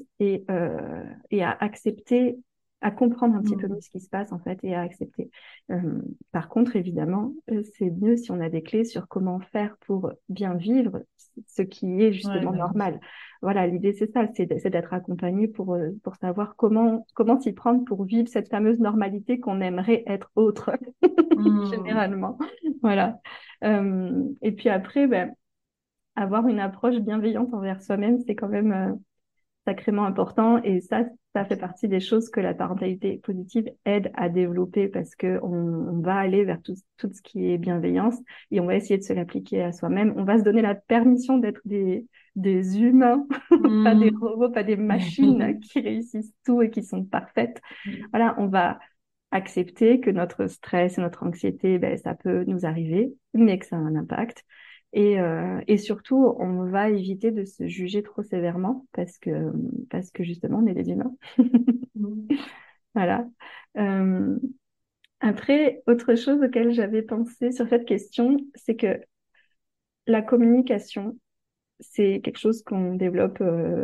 et à accepter, à comprendre un petit peu mieux Mm. ce qui se passe en fait et à accepter. Par contre, évidemment, c'est mieux si on a des clés sur comment faire pour bien vivre ce qui est Ouais, justement bah oui. normal. Voilà, l'idée c'est ça, c'est d'être accompagné pour savoir comment s'y prendre pour vivre cette fameuse normalité qu'on aimerait être autre, Mm. généralement. Voilà. Et puis après, ben, avoir une approche bienveillante envers soi-même, c'est quand même sacrément important. Et ça fait partie des choses que la parentalité positive aide à développer parce que on va aller vers tout ce qui est bienveillance et on va essayer de se l'appliquer à soi-même. On va se donner la permission d'être des humains, pas des Mm. robots, pas des machines qui réussissent tout et qui sont parfaites. Voilà, on va accepter que notre stress et notre anxiété, ben, ça peut nous arriver, mais que ça a un impact. Et surtout, on va éviter de se juger trop sévèrement parce que justement, on est des humains. Mm. Voilà. Euh, Après, autre chose auquel j'avais pensé sur cette question, c'est que la communication, c'est quelque chose qu'on développe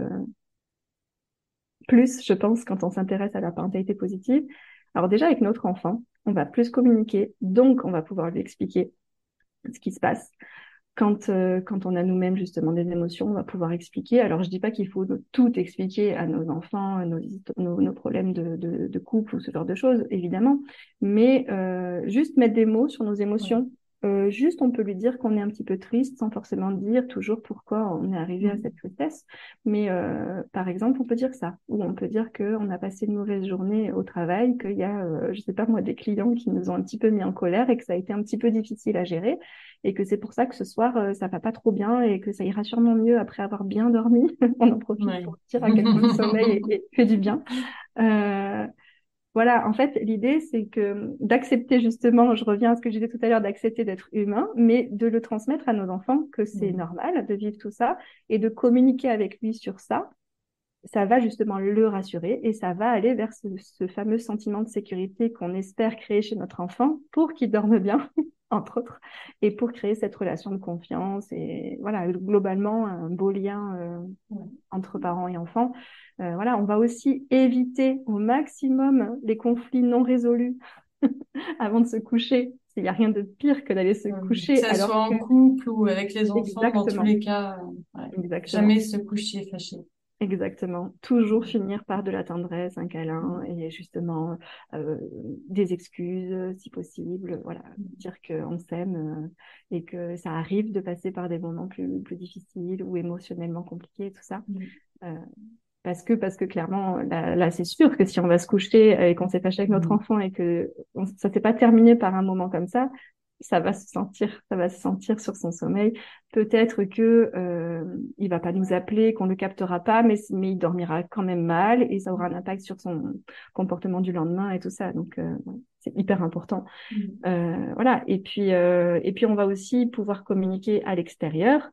plus, je pense, quand on s'intéresse à la parentalité positive. Alors déjà, avec notre enfant, on va plus communiquer, donc on va pouvoir lui expliquer ce qui se passe. Quand on a nous-mêmes justement des émotions, on va pouvoir expliquer. Alors, je dis pas qu'il faut tout expliquer à nos enfants, nos problèmes de couple ou ce genre de choses, évidemment, mais juste mettre des mots sur nos Ouais. émotions. Juste, on peut lui dire qu'on est un petit peu triste sans forcément dire toujours pourquoi on est arrivé à cette Mm. tristesse. Mais par exemple, on peut dire ça, ou on peut dire qu'on a passé une mauvaise journée au travail, qu'il y a, je sais pas moi, des clients qui nous ont un petit peu mis en colère et que ça a été un petit peu difficile à gérer et que c'est pour ça que ce soir, ça va pas trop bien et que ça ira sûrement mieux après avoir bien dormi. On en profite Ouais. pour dire à quel point le sommeil fait du bien. Euh, voilà, en fait, l'idée, c'est que d'accepter justement, je reviens à ce que je disais tout à l'heure, d'accepter d'être humain, mais de le transmettre à nos enfants, que c'est Mm. normal de vivre tout ça et de communiquer avec lui sur ça. Ça va justement le rassurer et ça va aller vers ce fameux sentiment de sécurité qu'on espère créer chez notre enfant pour qu'il dorme bien, entre autres, et pour créer cette relation de confiance et voilà, globalement, un beau lien Ouais. entre parents et enfants. Voilà, on va aussi éviter au maximum les conflits non résolus avant de se coucher. Il n'y a rien de pire que d'aller se Que coucher ça soit alors que... en couple ou avec les enfants, dans tous Exactement, les cas, ouais. exactement. Jamais se coucher fâché. Exactement. Toujours finir par de la tendresse, un câlin Mm. et justement euh, des excuses si possible. Voilà, Mm. dire qu'on s'aime et que ça arrive de passer par des moments plus difficiles ou émotionnellement compliqués, tout ça. Mm. Euh, parce que clairement, là, c'est sûr que si on va se coucher et qu'on s'est fâché avec notre Mm. enfant et que ça s'est pas terminé par un moment comme ça va se sentir sur son sommeil. Peut-être que il va pas nous appeler, qu'on le captera pas, mais il dormira quand même mal et ça aura un impact sur son comportement du lendemain et tout ça. Donc ouais, c'est hyper important. Mm. Voilà. Et puis on va aussi pouvoir communiquer à l'extérieur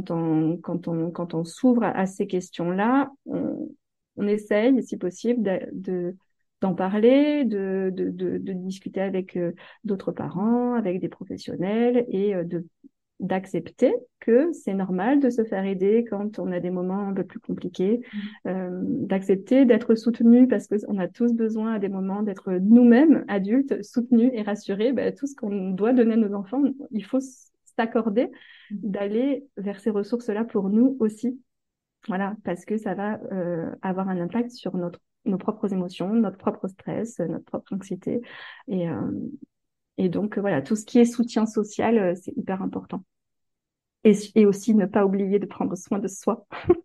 quand on s'ouvre à ces questions-là. On essaye, si possible, d'en parler, de discuter avec d'autres parents, avec des professionnels et d'accepter que c'est normal de se faire aider quand on a des moments un peu plus compliqués, d'accepter d'être soutenu parce qu'on a tous besoin à des moments d'être nous-mêmes adultes soutenus et rassurés. Ben, tout ce qu'on doit donner à nos enfants, il faut s'accorder d'aller vers ces ressources-là pour nous aussi. Voilà, parce que ça va avoir un impact sur nos propres émotions, notre propre stress, notre propre anxiété. Et, Et donc, voilà, tout ce qui est soutien social, c'est hyper important. Et aussi ne pas oublier de prendre soin de soi.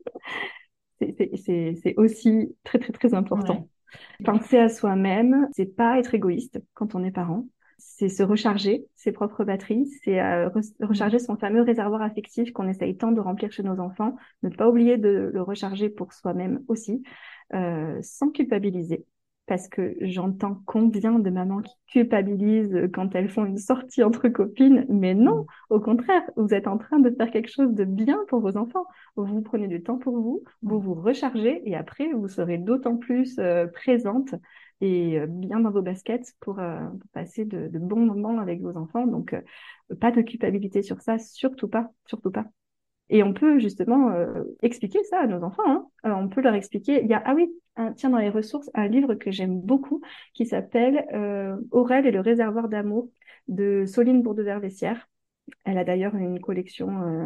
C'est aussi très, très, très important. Ouais. Penser à soi-même, c'est pas être égoïste quand on est parent. C'est se recharger ses propres batteries, c'est recharger son fameux réservoir affectif qu'on essaye tant de remplir chez nos enfants. Ne pas oublier de le recharger pour soi-même aussi, sans culpabiliser. Parce que j'entends combien de mamans qui culpabilisent quand elles font une sortie entre copines. Mais non, au contraire, vous êtes en train de faire quelque chose de bien pour vos enfants. Vous prenez du temps pour vous, vous vous rechargez et après, vous serez d'autant plus présente et bien dans vos baskets pour passer de bons moments avec vos enfants. Donc, pas de culpabilité sur ça, surtout pas, surtout pas. Et on peut justement expliquer ça à nos enfants. Hein. On peut leur expliquer. Il y a, ah oui, tiens, dans les ressources, un livre que j'aime beaucoup qui s'appelle Aurèle et le réservoir d'amour de Soline Bourdever-Vessière. Elle a d'ailleurs une collection,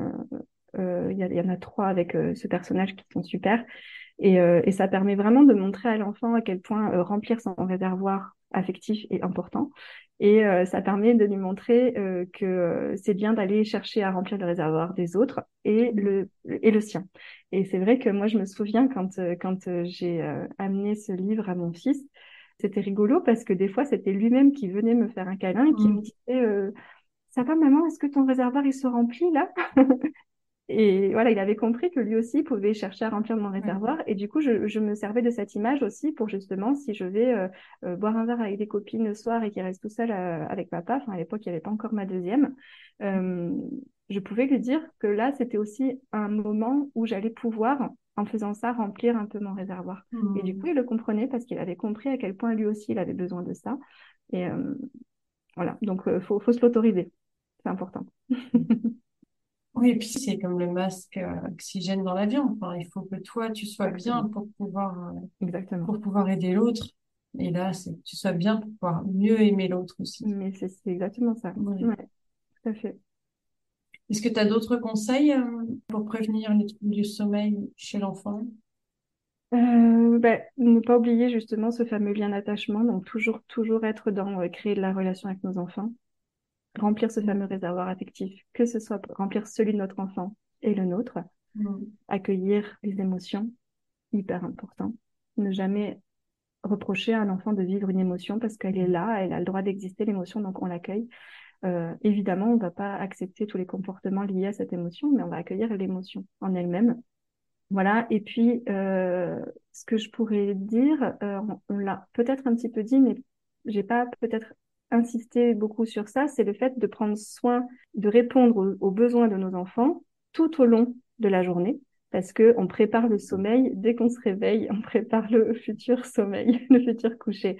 il y en a 3 avec ce personnage qui sont super. Et ça permet vraiment de montrer à l'enfant à quel point remplir son réservoir affectif est important. Et ça permet de lui montrer que c'est bien d'aller chercher à remplir le réservoir des autres et le sien. Et c'est vrai que moi, je me souviens quand j'ai amené ce livre à mon fils, c'était rigolo parce que des fois, c'était lui-même qui venait me faire un câlin et qui me Mm. disait ça va, maman, est-ce que ton réservoir, il se remplit là? Et voilà, il avait compris que lui aussi pouvait chercher à remplir mon Ouais. réservoir. Et du coup, je me servais de cette image aussi pour justement, si je vais boire un verre avec des copines le soir et qu'il reste tout seul avec papa, enfin à l'époque, il n'y avait pas encore ma deuxième, euh, je pouvais lui dire que là, c'était aussi un moment où j'allais pouvoir, en faisant ça, remplir un peu mon réservoir. Et du coup, Mm. il le comprenait parce qu'il avait compris à quel point lui aussi, il avait besoin de ça. Et voilà, donc faut se l'autoriser. C'est important. Oui, et puis c'est comme le masque oxygène dans l'avion. Enfin, il faut que toi, tu sois bien Exactement. Exactement. pour pouvoir aider l'autre. Et là, c'est que tu sois bien pour pouvoir mieux aimer l'autre aussi. Mais c'est exactement ça. Ouais. Ouais, tout à fait. Est-ce que tu as d'autres conseils pour prévenir les troubles du sommeil chez l'enfant? Ne pas oublier justement ce fameux lien d'attachement, donc toujours, toujours être dans créer de la relation avec nos enfants, remplir ce fameux réservoir affectif, que ce soit pour remplir celui de notre enfant et le nôtre, Mm. accueillir les émotions, hyper important. Ne jamais reprocher à un enfant de vivre une émotion parce qu'elle est là, elle a le droit d'exister, l'émotion, donc on l'accueille. Évidemment, on ne va pas accepter tous les comportements liés à cette émotion, mais on va accueillir l'émotion en elle-même. Voilà, et puis ce que je pourrais dire, on l'a peut-être un petit peu dit, mais j'ai pas peut-être insisté beaucoup sur ça, c'est le fait de prendre soin, de répondre aux besoins de nos enfants tout au long de la journée, parce que on prépare le sommeil dès qu'on se réveille, on prépare le futur sommeil, le futur coucher.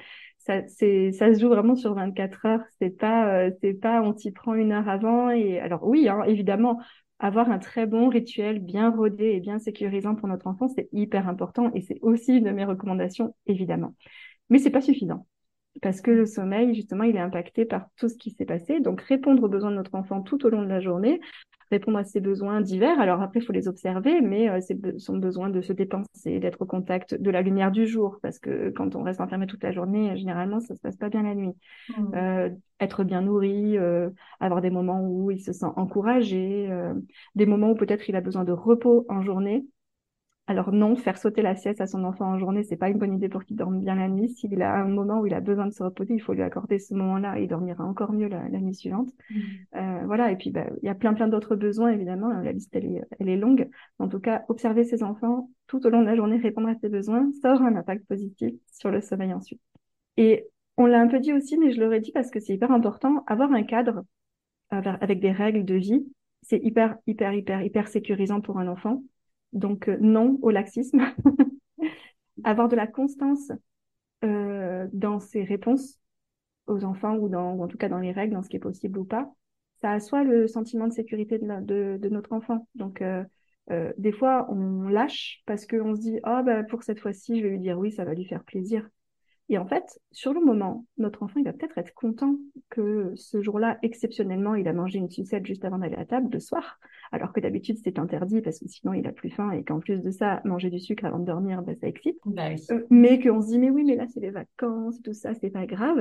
Ça se joue vraiment sur 24 heures. C'est pas, on s'y prend 1 heure avant. Et alors oui, hein, évidemment avoir un très bon rituel bien rodé et bien sécurisant pour notre enfant, c'est hyper important et c'est aussi une de mes recommandations, évidemment. Mais c'est pas suffisant parce que le sommeil, justement, il est impacté par tout ce qui s'est passé. Donc, répondre aux besoins de notre enfant tout au long de la journée, répondre à ses besoins divers. Alors après, il faut les observer, mais son besoin de se dépenser, d'être au contact de la lumière du jour, parce que quand on reste enfermé toute la journée, généralement, ça se passe pas bien la nuit. Mm. Euh, Être bien nourri, avoir des moments où il se sent encouragé, des moments où peut-être il a besoin de repos en journée. Alors non, faire sauter la sieste à son enfant en journée, c'est pas une bonne idée pour qu'il dorme bien la nuit. S'il a un moment où il a besoin de se reposer, il faut lui accorder ce moment-là et il dormira encore mieux la nuit suivante. Mm. Voilà, et puis bah, il y a plein d'autres besoins, évidemment. La liste, elle est longue. En tout cas, observer ses enfants tout au long de la journée, répondre à ses besoins, ça aura un impact positif sur le sommeil ensuite. Et on l'a un peu dit aussi, mais je l'aurais dit parce que c'est hyper important, avoir un cadre avec des règles de vie, c'est hyper sécurisant pour un enfant. Donc, non au laxisme. Avoir de la constance dans ses réponses aux enfants ou en tout cas dans les règles, dans ce qui est possible ou pas, ça assoit le sentiment de sécurité de notre enfant. Donc, des fois, on lâche parce qu'on se dit, oh, bah, pour cette fois-ci, je vais lui dire oui, ça va lui faire plaisir. Et en fait, sur le moment, notre enfant, il va peut-être être content que ce jour-là, exceptionnellement, il a mangé une sucette juste avant d'aller à table le soir, alors que d'habitude, c'est interdit parce que sinon, il a plus faim et qu'en plus de ça, manger du sucre avant de dormir, ben, ça excite. Bah oui. Mais qu'on se dit, mais oui, mais là, c'est les vacances, tout ça, c'est pas grave.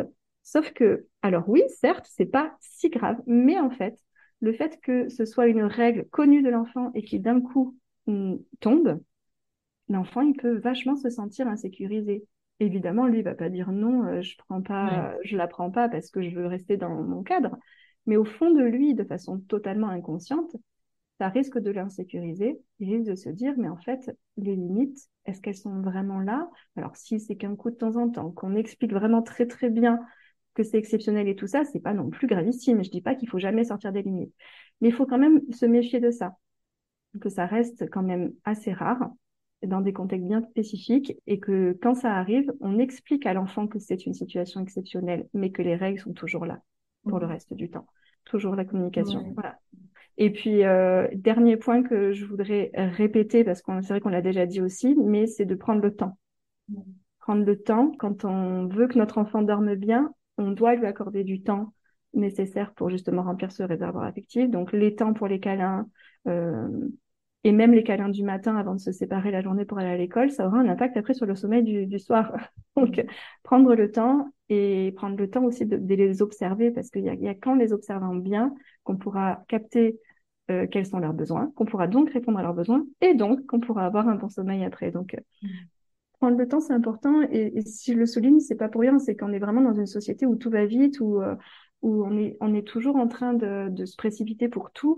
Sauf que, alors oui, certes, c'est pas si grave, mais en fait, le fait que ce soit une règle connue de l'enfant et qui d'un coup tombe, l'enfant, il peut vachement se sentir insécurisé. Évidemment, lui, il va pas dire non, Ouais. je la prends pas parce que je veux rester dans mon cadre. Mais au fond de lui, de façon totalement inconsciente, ça risque de l'insécuriser. Il risque de se dire, mais en fait, les limites, est-ce qu'elles sont vraiment là? Alors, si c'est qu'un coup de temps en temps, qu'on explique vraiment très très bien que c'est exceptionnel et tout ça, c'est pas non plus gravissime. Je dis pas qu'il faut jamais sortir des limites. Mais il faut quand même se méfier de ça, que ça reste quand même assez rare dans des contextes bien spécifiques et que quand ça arrive, on explique à l'enfant que c'est une situation exceptionnelle, mais que les règles sont toujours là pour le reste du temps. Toujours la communication. Ouais. Voilà. Et puis, dernier point que je voudrais répéter, parce qu'on c'est vrai qu'on l'a déjà dit aussi, mais c'est de prendre le temps. Prendre le temps, quand on veut que notre enfant dorme bien, on doit lui accorder du temps nécessaire pour justement remplir ce réservoir affectif. Donc, les temps pour les câlins, euh, et même les câlins du matin avant de se séparer la journée pour aller à l'école, ça aura un impact après sur le sommeil du soir. Donc, prendre le temps et prendre le temps aussi de les observer, parce qu'il y a qu'en les observant bien qu'on pourra capter quels sont leurs besoins, qu'on pourra donc répondre à leurs besoins et donc qu'on pourra avoir un bon sommeil après. Donc, prendre le temps, c'est important. Et si je le souligne, c'est pas pour rien, c'est qu'on est vraiment dans une société où tout va vite, où on est toujours en train de se précipiter pour tout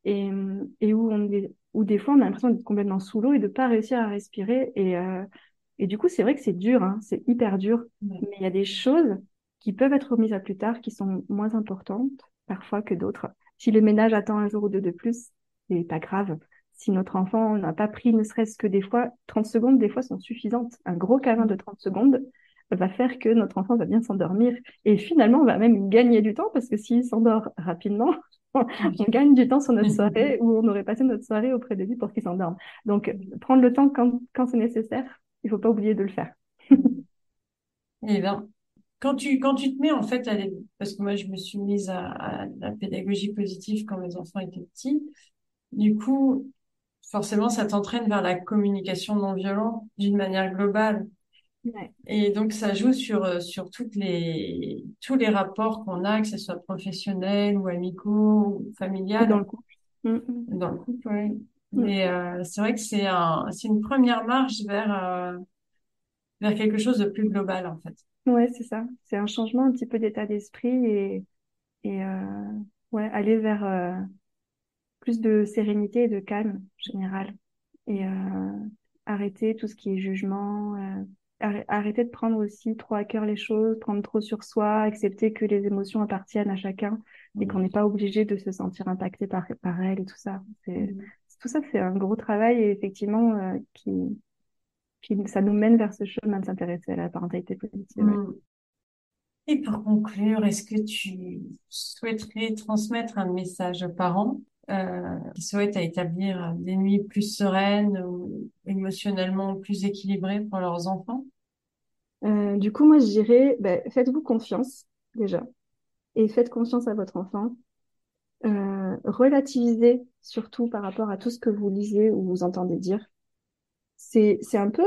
et où des fois on a l'impression d'être complètement sous l'eau et de pas réussir à respirer. Et du coup, c'est vrai que c'est dur, hein, c'est hyper dur, Ouais. mais il y a des choses qui peuvent être remises à plus tard, qui sont moins importantes parfois que d'autres. Si le ménage attend un jour ou deux de plus, c'est pas grave. Si notre enfant n'a pas pris ne serait-ce que des fois, 30 secondes, des fois, sont suffisantes. Un gros câlin de 30 secondes va faire que notre enfant va bien s'endormir. Et finalement, on va même gagner du temps parce que s'il s'endort rapidement, on gagne du temps sur notre soirée où on aurait passé notre soirée auprès de lui pour qu'il s'endorme. Donc, prendre le temps quand c'est nécessaire, il faut pas oublier de le faire. Eh bien, quand tu te mets en fait parce que moi je me suis mise à la pédagogie positive quand mes enfants étaient petits, du coup, forcément ça t'entraîne vers la communication non violente d'une manière globale. Ouais. Et donc ça joue sur tous les rapports qu'on a, que ce soit professionnels ou amicaux ou Ou dans familial, le couple. Mm, mm, dans le couple, ouais. mm. Mais c'est vrai que c'est une première marche vers quelque chose de plus global en fait. Ouais, c'est ça. C'est un changement un petit peu d'état d'esprit et ouais, aller vers plus de sérénité et de calme en général. Et arrêter tout ce qui est jugement, arrêter de prendre aussi trop à cœur les choses, prendre trop sur soi, accepter que les émotions appartiennent à chacun et qu'on n'est pas obligé de se sentir impacté par elles et tout ça. Tout ça, c'est un gros travail et effectivement ça nous mène vers ce chemin de s'intéresser à la parentalité positive. Ouais. Mm. Et pour conclure, est-ce que tu souhaiterais transmettre un message aux parents qui souhaitent à établir des nuits plus sereines ou émotionnellement plus équilibrées pour leurs enfants? Du coup, moi, je dirais, ben, faites-vous confiance déjà et faites confiance à votre enfant. Relativisez surtout par rapport à tout ce que vous lisez ou vous entendez dire. C'est un peu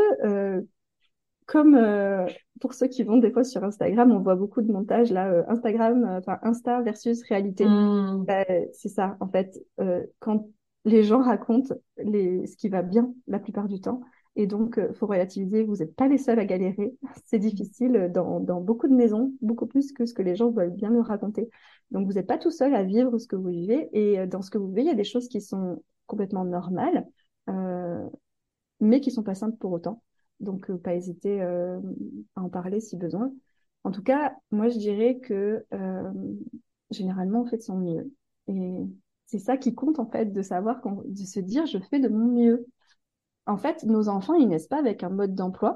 comme pour ceux qui vont des fois sur Instagram, on voit beaucoup de montages là, Instagram, enfin Insta versus réalité. Mm. C'est ça, en fait, quand les gens racontent ce qui va bien la plupart du temps, et donc faut relativiser, vous n'êtes pas les seuls à galérer, c'est difficile dans beaucoup de maisons, beaucoup plus que ce que les gens veulent bien nous raconter. Donc vous n'êtes pas tout seul à vivre ce que vous vivez, et dans ce que vous vivez, il y a des choses qui sont complètement normales, euh, mais qui sont pas simples pour autant. Donc, pas hésiter à en parler si besoin. En tout cas, moi, je dirais que généralement, on fait de son mieux. Et c'est ça qui compte, en fait, de savoir, de se dire, je fais de mon mieux. En fait, nos enfants, ils naissent pas avec un mode d'emploi.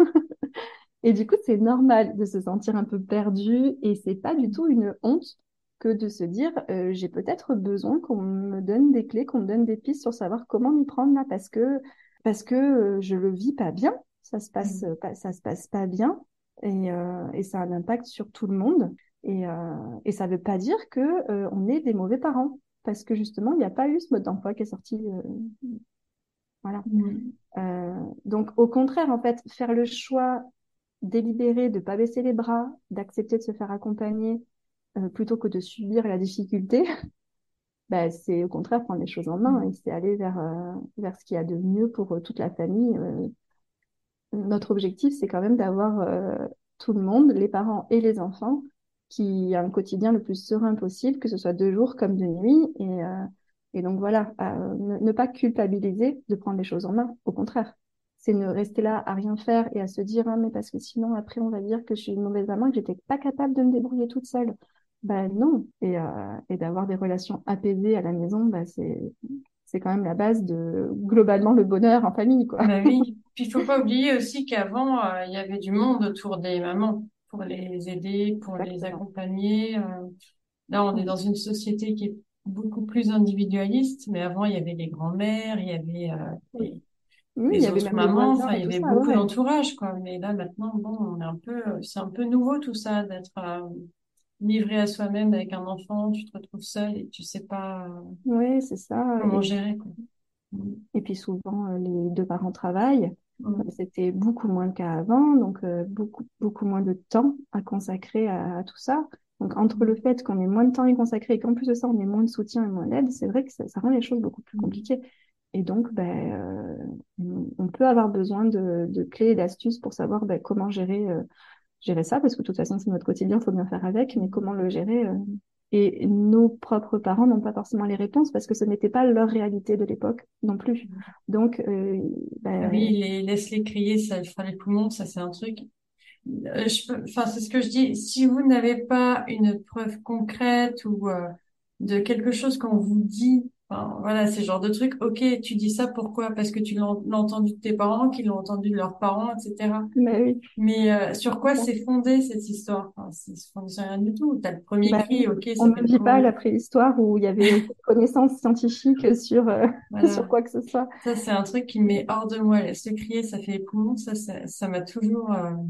Et du coup, c'est normal de se sentir un peu perdu. Et c'est pas du tout une honte que de se dire, j'ai peut-être besoin qu'on me donne des clés, qu'on me donne des pistes sur savoir comment m'y prendre là, parce que je le vis pas bien. Ça se passe pas bien. Et ça a un impact sur tout le monde. Et ça veut pas dire que, on est des mauvais parents. Parce que justement, il n'y a pas eu ce mode d'emploi qui est sorti. Voilà. Mm. Donc, au contraire, en fait, faire le choix délibéré de pas baisser les bras, d'accepter de se faire accompagner plutôt que de subir la difficulté, bah, c'est au contraire prendre les choses en main et c'est aller vers ce qu'il y a de mieux pour toute la famille. Notre objectif, c'est quand même d'avoir tout le monde, les parents et les enfants, qui a un quotidien le plus serein possible, que ce soit de jour comme de nuit. Et donc voilà, ne pas culpabiliser de prendre les choses en main. Au contraire, c'est ne rester là à rien faire et à se dire, ah, mais parce que sinon, après, on va dire que je suis une mauvaise maman, que j'étais pas capable de me débrouiller toute seule. Ben non. Et d'avoir des relations apaisées à la maison, ben, c'est quand même la base de globalement le bonheur en famille, quoi. Bah oui. Puis il faut pas oublier aussi qu'avant, il y avait du monde autour des mamans pour les aider, pour les Exactement. accompagner. Là, on est dans une société qui est beaucoup plus individualiste, mais avant, il y avait les grands-mères, il y avait Oui. Oui, il y les avait autres même les mamans, voisins enfin, il et y tout avait ça, beaucoup ouais. d'entourage, quoi. Mais là, maintenant, bon, on est un peu, c'est un peu nouveau tout ça, d'être livré à soi-même avec un enfant, tu te retrouves seul et tu sais pas Oui, c'est ça. comment gérer, quoi. Mm. Et puis souvent, les deux parents travaillent. Mm. C'était beaucoup moins le cas avant, donc beaucoup moins de temps à consacrer à tout ça. Donc entre le fait qu'on ait moins de temps à y consacrer et qu'en plus de ça, on ait moins de soutien et moins d'aide, c'est vrai que ça rend les choses beaucoup plus Mm. compliquées. Et donc, on peut avoir besoin de clés et d'astuces pour savoir comment gérer ça, parce que de toute façon, c'est notre quotidien, il faut bien faire avec, mais comment le gérer et nos propres parents n'ont pas forcément les réponses parce que ce n'était pas leur réalité de l'époque non plus. Donc, Ah oui, ben, laisse-les crier, ça fera les poumons, ça c'est un truc. Enfin, c'est ce que je dis. Si vous n'avez pas une preuve concrète ou de quelque chose qu'on vous dit, enfin, voilà, c'est le genre de truc. Ok, tu dis ça pourquoi? Parce que tu l'as entendu de tes parents, qu'ils l'ont entendu de leurs parents, etc. oui, Mais sur c'est quoi ça. c'est fondé cette histoire? Enfin, c'est fondé sur rien du tout. T'as le premier Ben cri, oui, ok, on ça ne fait le vit pas poumon. la préhistoire où il y avait aucune connaissance scientifique sur, sur Voilà. quoi que ce soit. Ça, c'est un truc qui me met hors de moi. Laisse le crier, ça fait les poumons. Ça m'a toujours.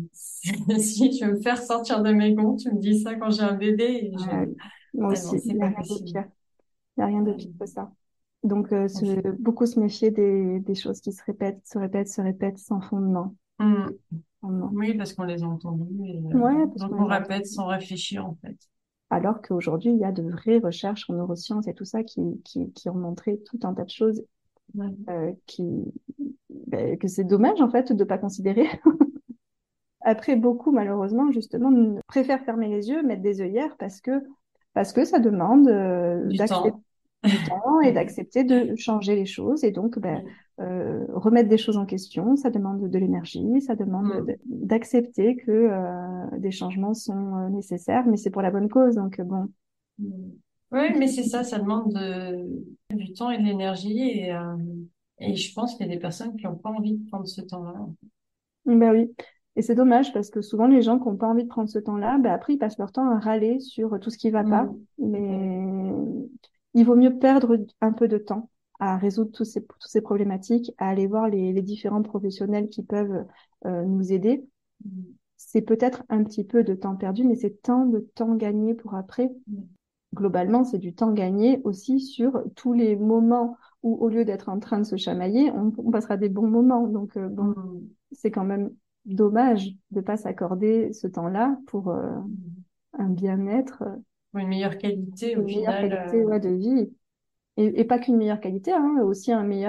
Si je veux me faire sortir de mes gonds, tu me dis ça quand j'ai un bébé et je. Ouais, moi Ah non, aussi, il c'est n'y a pas rien de possible. pire. Il n'y a rien de pire que Euh, ça. Donc, beaucoup se méfier des choses qui se répètent, se répètent sans fondement. hum, Fondement. oui, parce qu'on les a entendus et Ouais, parce donc qu'on on les a répète entendus. sans réfléchir en fait. Alors qu'aujourd'hui, il y a de vraies recherches en neurosciences et tout ça qui ont montré tout un tas de choses Ouais. euh, qui, que c'est dommage en fait de ne pas considérer. Après, beaucoup, malheureusement, justement, préfèrent fermer les yeux, mettre des œillères parce que ça demande Du d'accepter temps. du temps et d'accepter de changer les choses. Et donc, remettre des choses en question, ça demande de l'énergie, ça demande Hum, d'accepter que des changements sont nécessaires, mais c'est pour la bonne cause. Donc, bon, Oui, mais c'est ça, ça demande du temps et de l'énergie et je pense qu'il y a des personnes qui n'ont pas envie de prendre ce temps-là. ben oui. Et c'est dommage parce que souvent, les gens qui n'ont pas envie de prendre ce temps-là, ben après, ils passent leur temps à râler sur tout ce qui va pas. Ouais. Mais il vaut mieux perdre un peu de temps à résoudre toutes ces problématiques, à aller voir les différents professionnels qui peuvent nous aider. Mm. C'est peut-être un petit peu de temps perdu, mais c'est tant de temps gagné pour après. Globalement, c'est du temps gagné aussi sur tous les moments où, au lieu d'être en train de se chamailler, on passera des bons moments. Donc, bon, Mm. c'est quand même dommage de pas s'accorder ce temps-là pour Mm. un bien-être, Pour une meilleure qualité au une meilleure final. qualité ouais, de vie. Et pas qu'une meilleure qualité, hein, aussi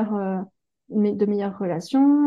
de meilleures relations,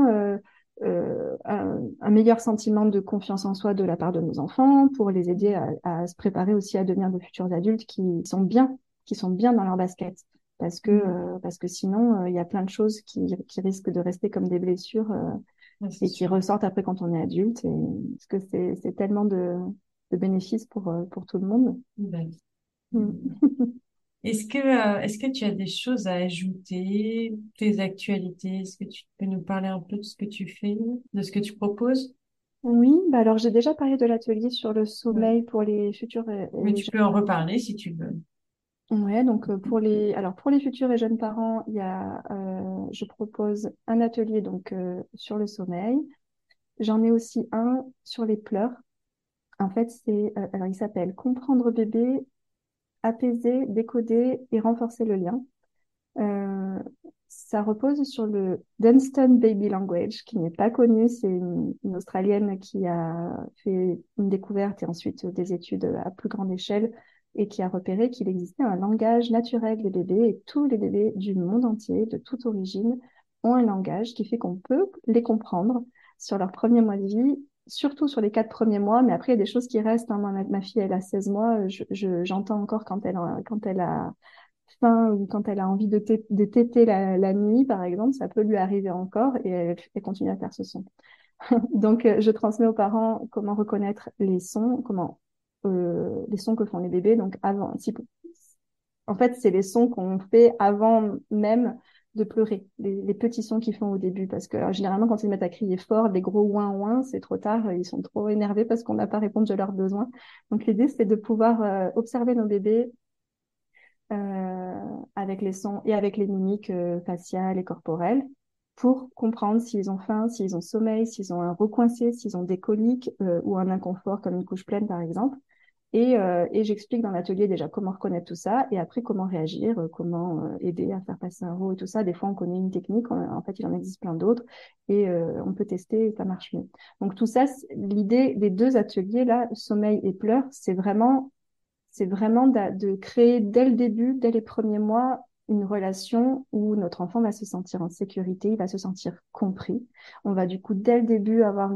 un meilleur sentiment de confiance en soi de la part de nos enfants pour les aider à se préparer aussi à devenir de futurs adultes qui sont bien dans leur basket. Mm. Parce que sinon, il y a plein de choses qui risquent de rester comme des blessures Ouais, c'est et qui sûr. ressortent après quand on est adulte. Et, parce que c'est tellement de bénéfices pour tout le monde. Ben, Mm. est-ce que tu as des choses à ajouter, tes actualités? Est-ce que tu peux nous parler un peu de ce que tu fais, de ce que tu proposes? Oui, bah alors j'ai déjà parlé de l'atelier sur le Ouais. sommeil pour les futurs Mais et tu jeunes peux en parents. reparler si tu veux. Ouais, donc pour les futurs et jeunes parents, je propose un atelier donc sur le sommeil. J'en ai aussi un sur les pleurs. En fait, alors il s'appelle Comprendre bébé, apaiser, décoder et renforcer le lien. Euh, ça repose sur le Dunstan Baby Language, qui n'est pas connu. C'est une Australienne qui a fait une découverte et ensuite des études à plus grande échelle et qui a repéré qu'il existait un langage naturel des bébés et tous les bébés du monde entier, de toute origine, ont un langage qui fait qu'on peut les comprendre sur leurs premiers mois de vie, surtout sur les 4 premiers mois, mais après, il y a des choses qui restent, hein. Moi, ma fille, elle a 16 mois, j'entends encore quand elle a faim ou quand elle a envie de téter la nuit, par exemple, ça peut lui arriver encore et elle continue à faire ce son. Donc, je transmets aux parents comment reconnaître les sons, les sons que font les bébés. Donc, en fait, c'est les sons qu'on fait avant même de pleurer, les petits sons qu'ils font au début, parce que généralement, quand ils mettent à crier fort, des gros ouin ouin, c'est trop tard, ils sont trop énervés parce qu'on n'a pas répondu à leurs besoins. Donc, l'idée, c'est de pouvoir observer nos bébés avec les sons et avec les mimiques faciales et corporelles pour comprendre s'ils ont faim, s'ils ont sommeil, s'ils ont un recoincé, s'ils ont des coliques ou un inconfort comme une couche pleine par exemple. Et j'explique dans l'atelier déjà comment reconnaître tout ça et après comment réagir, comment aider à faire passer un rot et tout ça. Des fois, on connaît une technique, en fait, il en existe plein d'autres et on peut tester et ça marche mieux. Donc tout ça, l'idée des 2 ateliers là, sommeil et pleurs, c'est vraiment de créer dès le début, dès les premiers mois, une relation où notre enfant va se sentir en sécurité, il va se sentir compris. On va du coup, dès le début, avoir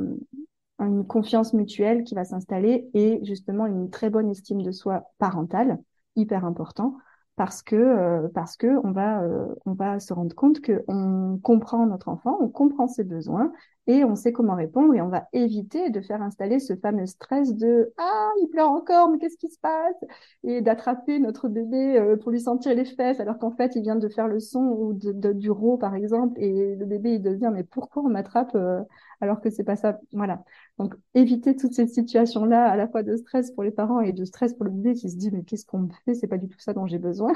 une confiance mutuelle qui va s'installer et justement une très bonne estime de soi parentale, hyper important, parce que on va se rendre compte que on comprend notre enfant, on comprend ses besoins et on sait comment répondre et on va éviter de faire installer ce fameux stress de ah il pleure encore mais qu'est-ce qui se passe et d'attraper notre bébé pour lui sentir les fesses alors qu'en fait il vient de faire le son ou du rot par exemple et le bébé il devient mais pourquoi on m'attrape alors que c'est pas ça, voilà. Donc, éviter toutes ces situations-là, à la fois de stress pour les parents et de stress pour le bébé qui se dit, mais qu'est-ce qu'on me fait? C'est pas du tout ça dont j'ai besoin.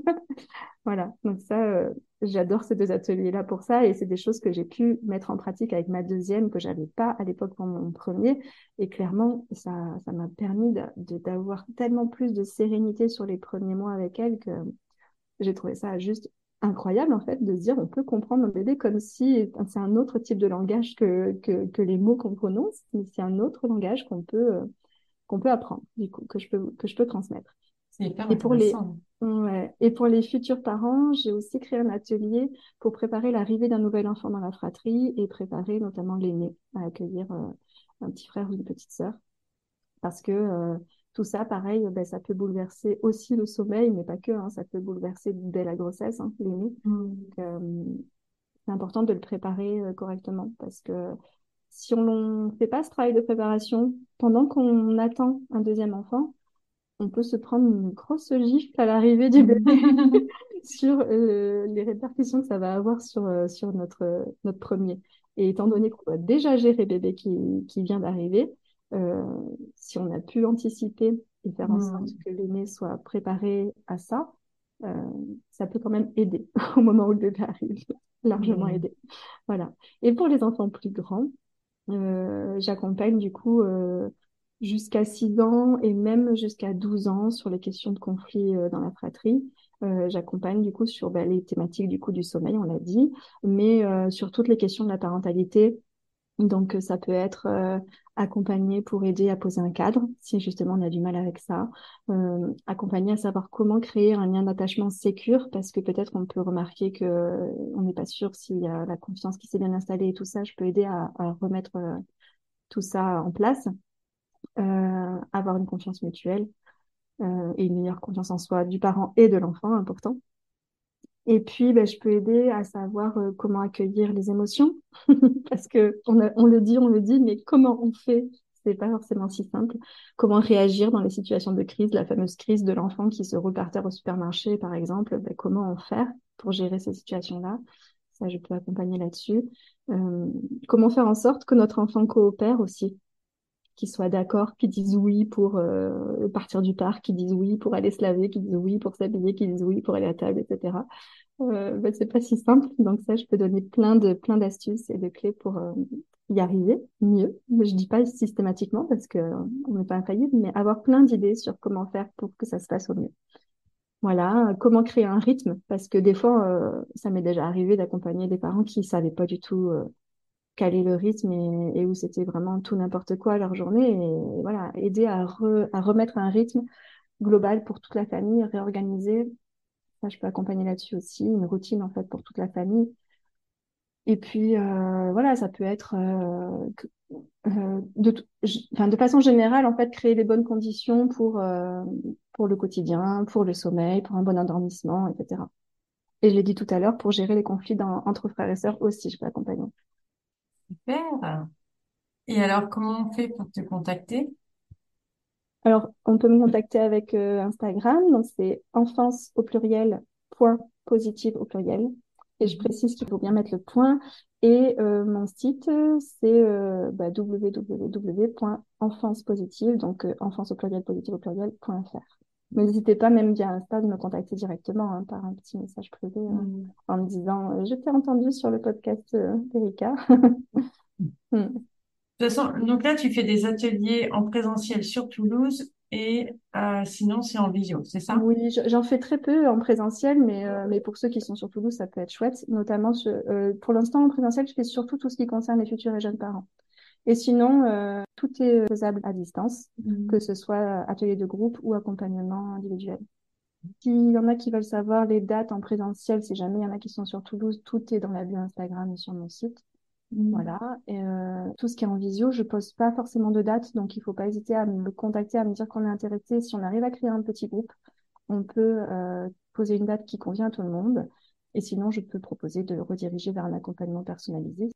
Voilà. Donc ça, j'adore ces 2 ateliers-là pour ça. Et c'est des choses que j'ai pu mettre en pratique avec ma deuxième, que j'avais pas à l'époque pour mon premier. Et clairement, ça m'a permis d'avoir tellement plus de sérénité sur les premiers mois avec elle que j'ai trouvé ça juste incroyable, en fait, de se dire on peut comprendre un bébé comme si c'est un autre type de langage que les mots qu'on prononce, mais c'est un autre langage qu'on peut apprendre, du coup, que je peux transmettre. C'est hyper Et pour les, intéressant. ouais. Et pour les futurs parents, j'ai aussi créé un atelier pour préparer l'arrivée d'un nouvel enfant dans la fratrie et préparer notamment l'aîné à accueillir un petit frère ou une petite sœur parce que tout ça, pareil, ben, ça peut bouleverser aussi le sommeil, mais pas que, hein, ça peut bouleverser dès la grossesse, hein, l'aîné. Mm. Donc, c'est important de le préparer correctement parce que si on ne fait pas ce travail de préparation pendant qu'on attend un deuxième enfant, on peut se prendre une grosse gifle à l'arrivée du bébé sur les répercussions que ça va avoir sur notre premier. Et étant donné qu'on doit déjà gérer bébé qui vient d'arriver, euh, si on a pu anticiper et faire en sorte Mm. que l'aîné soit préparé à ça, euh, ça peut quand même aider au moment où le bébé arrive, largement Mm. aider. Voilà. Et pour les enfants plus grands, j'accompagne du coup jusqu'à 6 ans et même jusqu'à 12 ans sur les questions de conflit dans la fratrie. J'accompagne du coup sur les thématiques du coup du sommeil, on l'a dit, mais sur toutes les questions de la parentalité. Donc ça peut être accompagné pour aider à poser un cadre si justement on a du mal avec ça, accompagner à savoir comment créer un lien d'attachement sécure parce que peut-être on peut remarquer que on n'est pas sûr s'il y a la confiance qui s'est bien installée et tout ça. Je peux aider à remettre tout ça en place, avoir une confiance mutuelle et une meilleure confiance en soi du parent et de l'enfant, important. Et puis, ben, je peux aider à savoir comment accueillir les émotions, parce que on le dit, mais comment on fait? C'est pas forcément si simple. Comment réagir dans les situations de crise, la fameuse crise de l'enfant qui se roule par terre au supermarché, par exemple, ben, comment en faire pour gérer ces situations-là? Ça, je peux accompagner là-dessus. Euh, Comment faire en sorte que notre enfant coopère aussi, qui soient d'accord, qui disent oui pour partir du parc, qui disent oui pour aller se laver, qui disent oui pour s'habiller, qui disent oui pour aller à table, etc. Ben, c'est pas si simple, donc ça, je peux donner plein d'astuces et de clés pour y arriver mieux. Mais je dis pas systématiquement parce que on n'est pas infaillible, mais avoir plein d'idées sur comment faire pour que ça se passe au mieux. Voilà, comment créer un rythme, parce que des fois, ça m'est déjà arrivé d'accompagner des parents qui savaient pas du tout caler le rythme et où c'était vraiment tout n'importe quoi leur journée. Et voilà, aider à remettre un rythme global pour toute la famille, réorganiser. Ça, je peux accompagner là-dessus aussi, une routine en fait pour toute la famille. Et puis voilà, ça peut être enfin, de façon générale en fait créer les bonnes conditions pour le quotidien, pour le sommeil, pour un bon endormissement, etc. Et je l'ai dit tout à l'heure, pour gérer les conflits entre frères et sœurs aussi, je peux accompagner. Super. Et alors, comment on fait pour te contacter? Alors, on peut me contacter avec Instagram, donc c'est enfance au pluriel, point positive au pluriel. Et je précise qu'il faut bien mettre le point. Et mon site, c'est www.enfancepositive, donc enfance au pluriel, positive au pluriel.fr. Mais n'hésitez pas, même via Insta, de me contacter directement hein, par un petit message privé Mm. en me disant je t'ai entendu sur le podcast d'Erika. Hmm. De toute façon, donc là, tu fais des ateliers en présentiel sur Toulouse et sinon, c'est en visio, c'est ça? Oui, j'en fais très peu en présentiel, mais pour ceux qui sont sur Toulouse, ça peut être chouette. Notamment, pour l'instant, en présentiel, je fais surtout tout ce qui concerne les futurs et jeunes parents. Et sinon, tout est faisable à distance, que Mm. ce soit atelier de groupe ou accompagnement individuel. S'il y en a qui veulent savoir les dates en présentiel, si jamais il y en a qui sont sur Toulouse, tout est dans la bio Instagram et sur mon site. Mm. Voilà. Et tout ce qui est en visio, je pose pas forcément de date, donc il faut pas hésiter à me contacter, à me dire qu'on est intéressé. Si on arrive à créer un petit groupe, on peut poser une date qui convient à tout le monde. Et sinon, je peux proposer de rediriger vers un accompagnement personnalisé.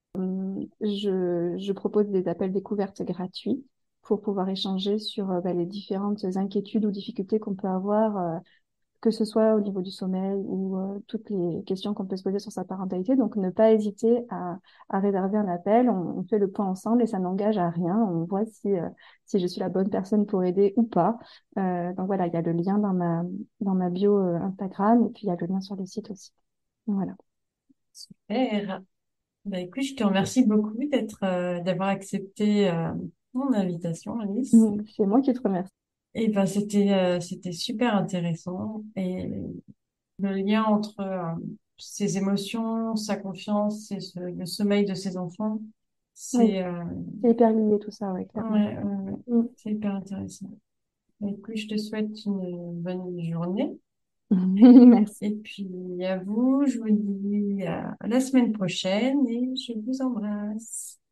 Je propose des appels découvertes gratuits pour pouvoir échanger sur les différentes inquiétudes ou difficultés qu'on peut avoir, que ce soit au niveau du sommeil ou toutes les questions qu'on peut se poser sur sa parentalité. Donc, ne pas hésiter à réserver un appel. On fait le point ensemble et ça n'engage à rien. On voit si je suis la bonne personne pour aider ou pas. Donc voilà, il y a le lien dans ma bio Instagram et puis il y a le lien sur le site aussi. Voilà. Super. Bah, écoute, je te remercie beaucoup d'avoir accepté mon invitation, Alice. C'est moi qui te remercie. Et ben, c'était super intéressant. Et le lien entre ses émotions, sa confiance et le sommeil de ses enfants, Oui, c'est c'est hyper lié tout ça, ouais, clairement. ouais, ouais, Mm. c'est hyper intéressant. Écoute, je te souhaite une bonne journée. Merci. Et puis à vous, je vous dis à la semaine prochaine et je vous embrasse.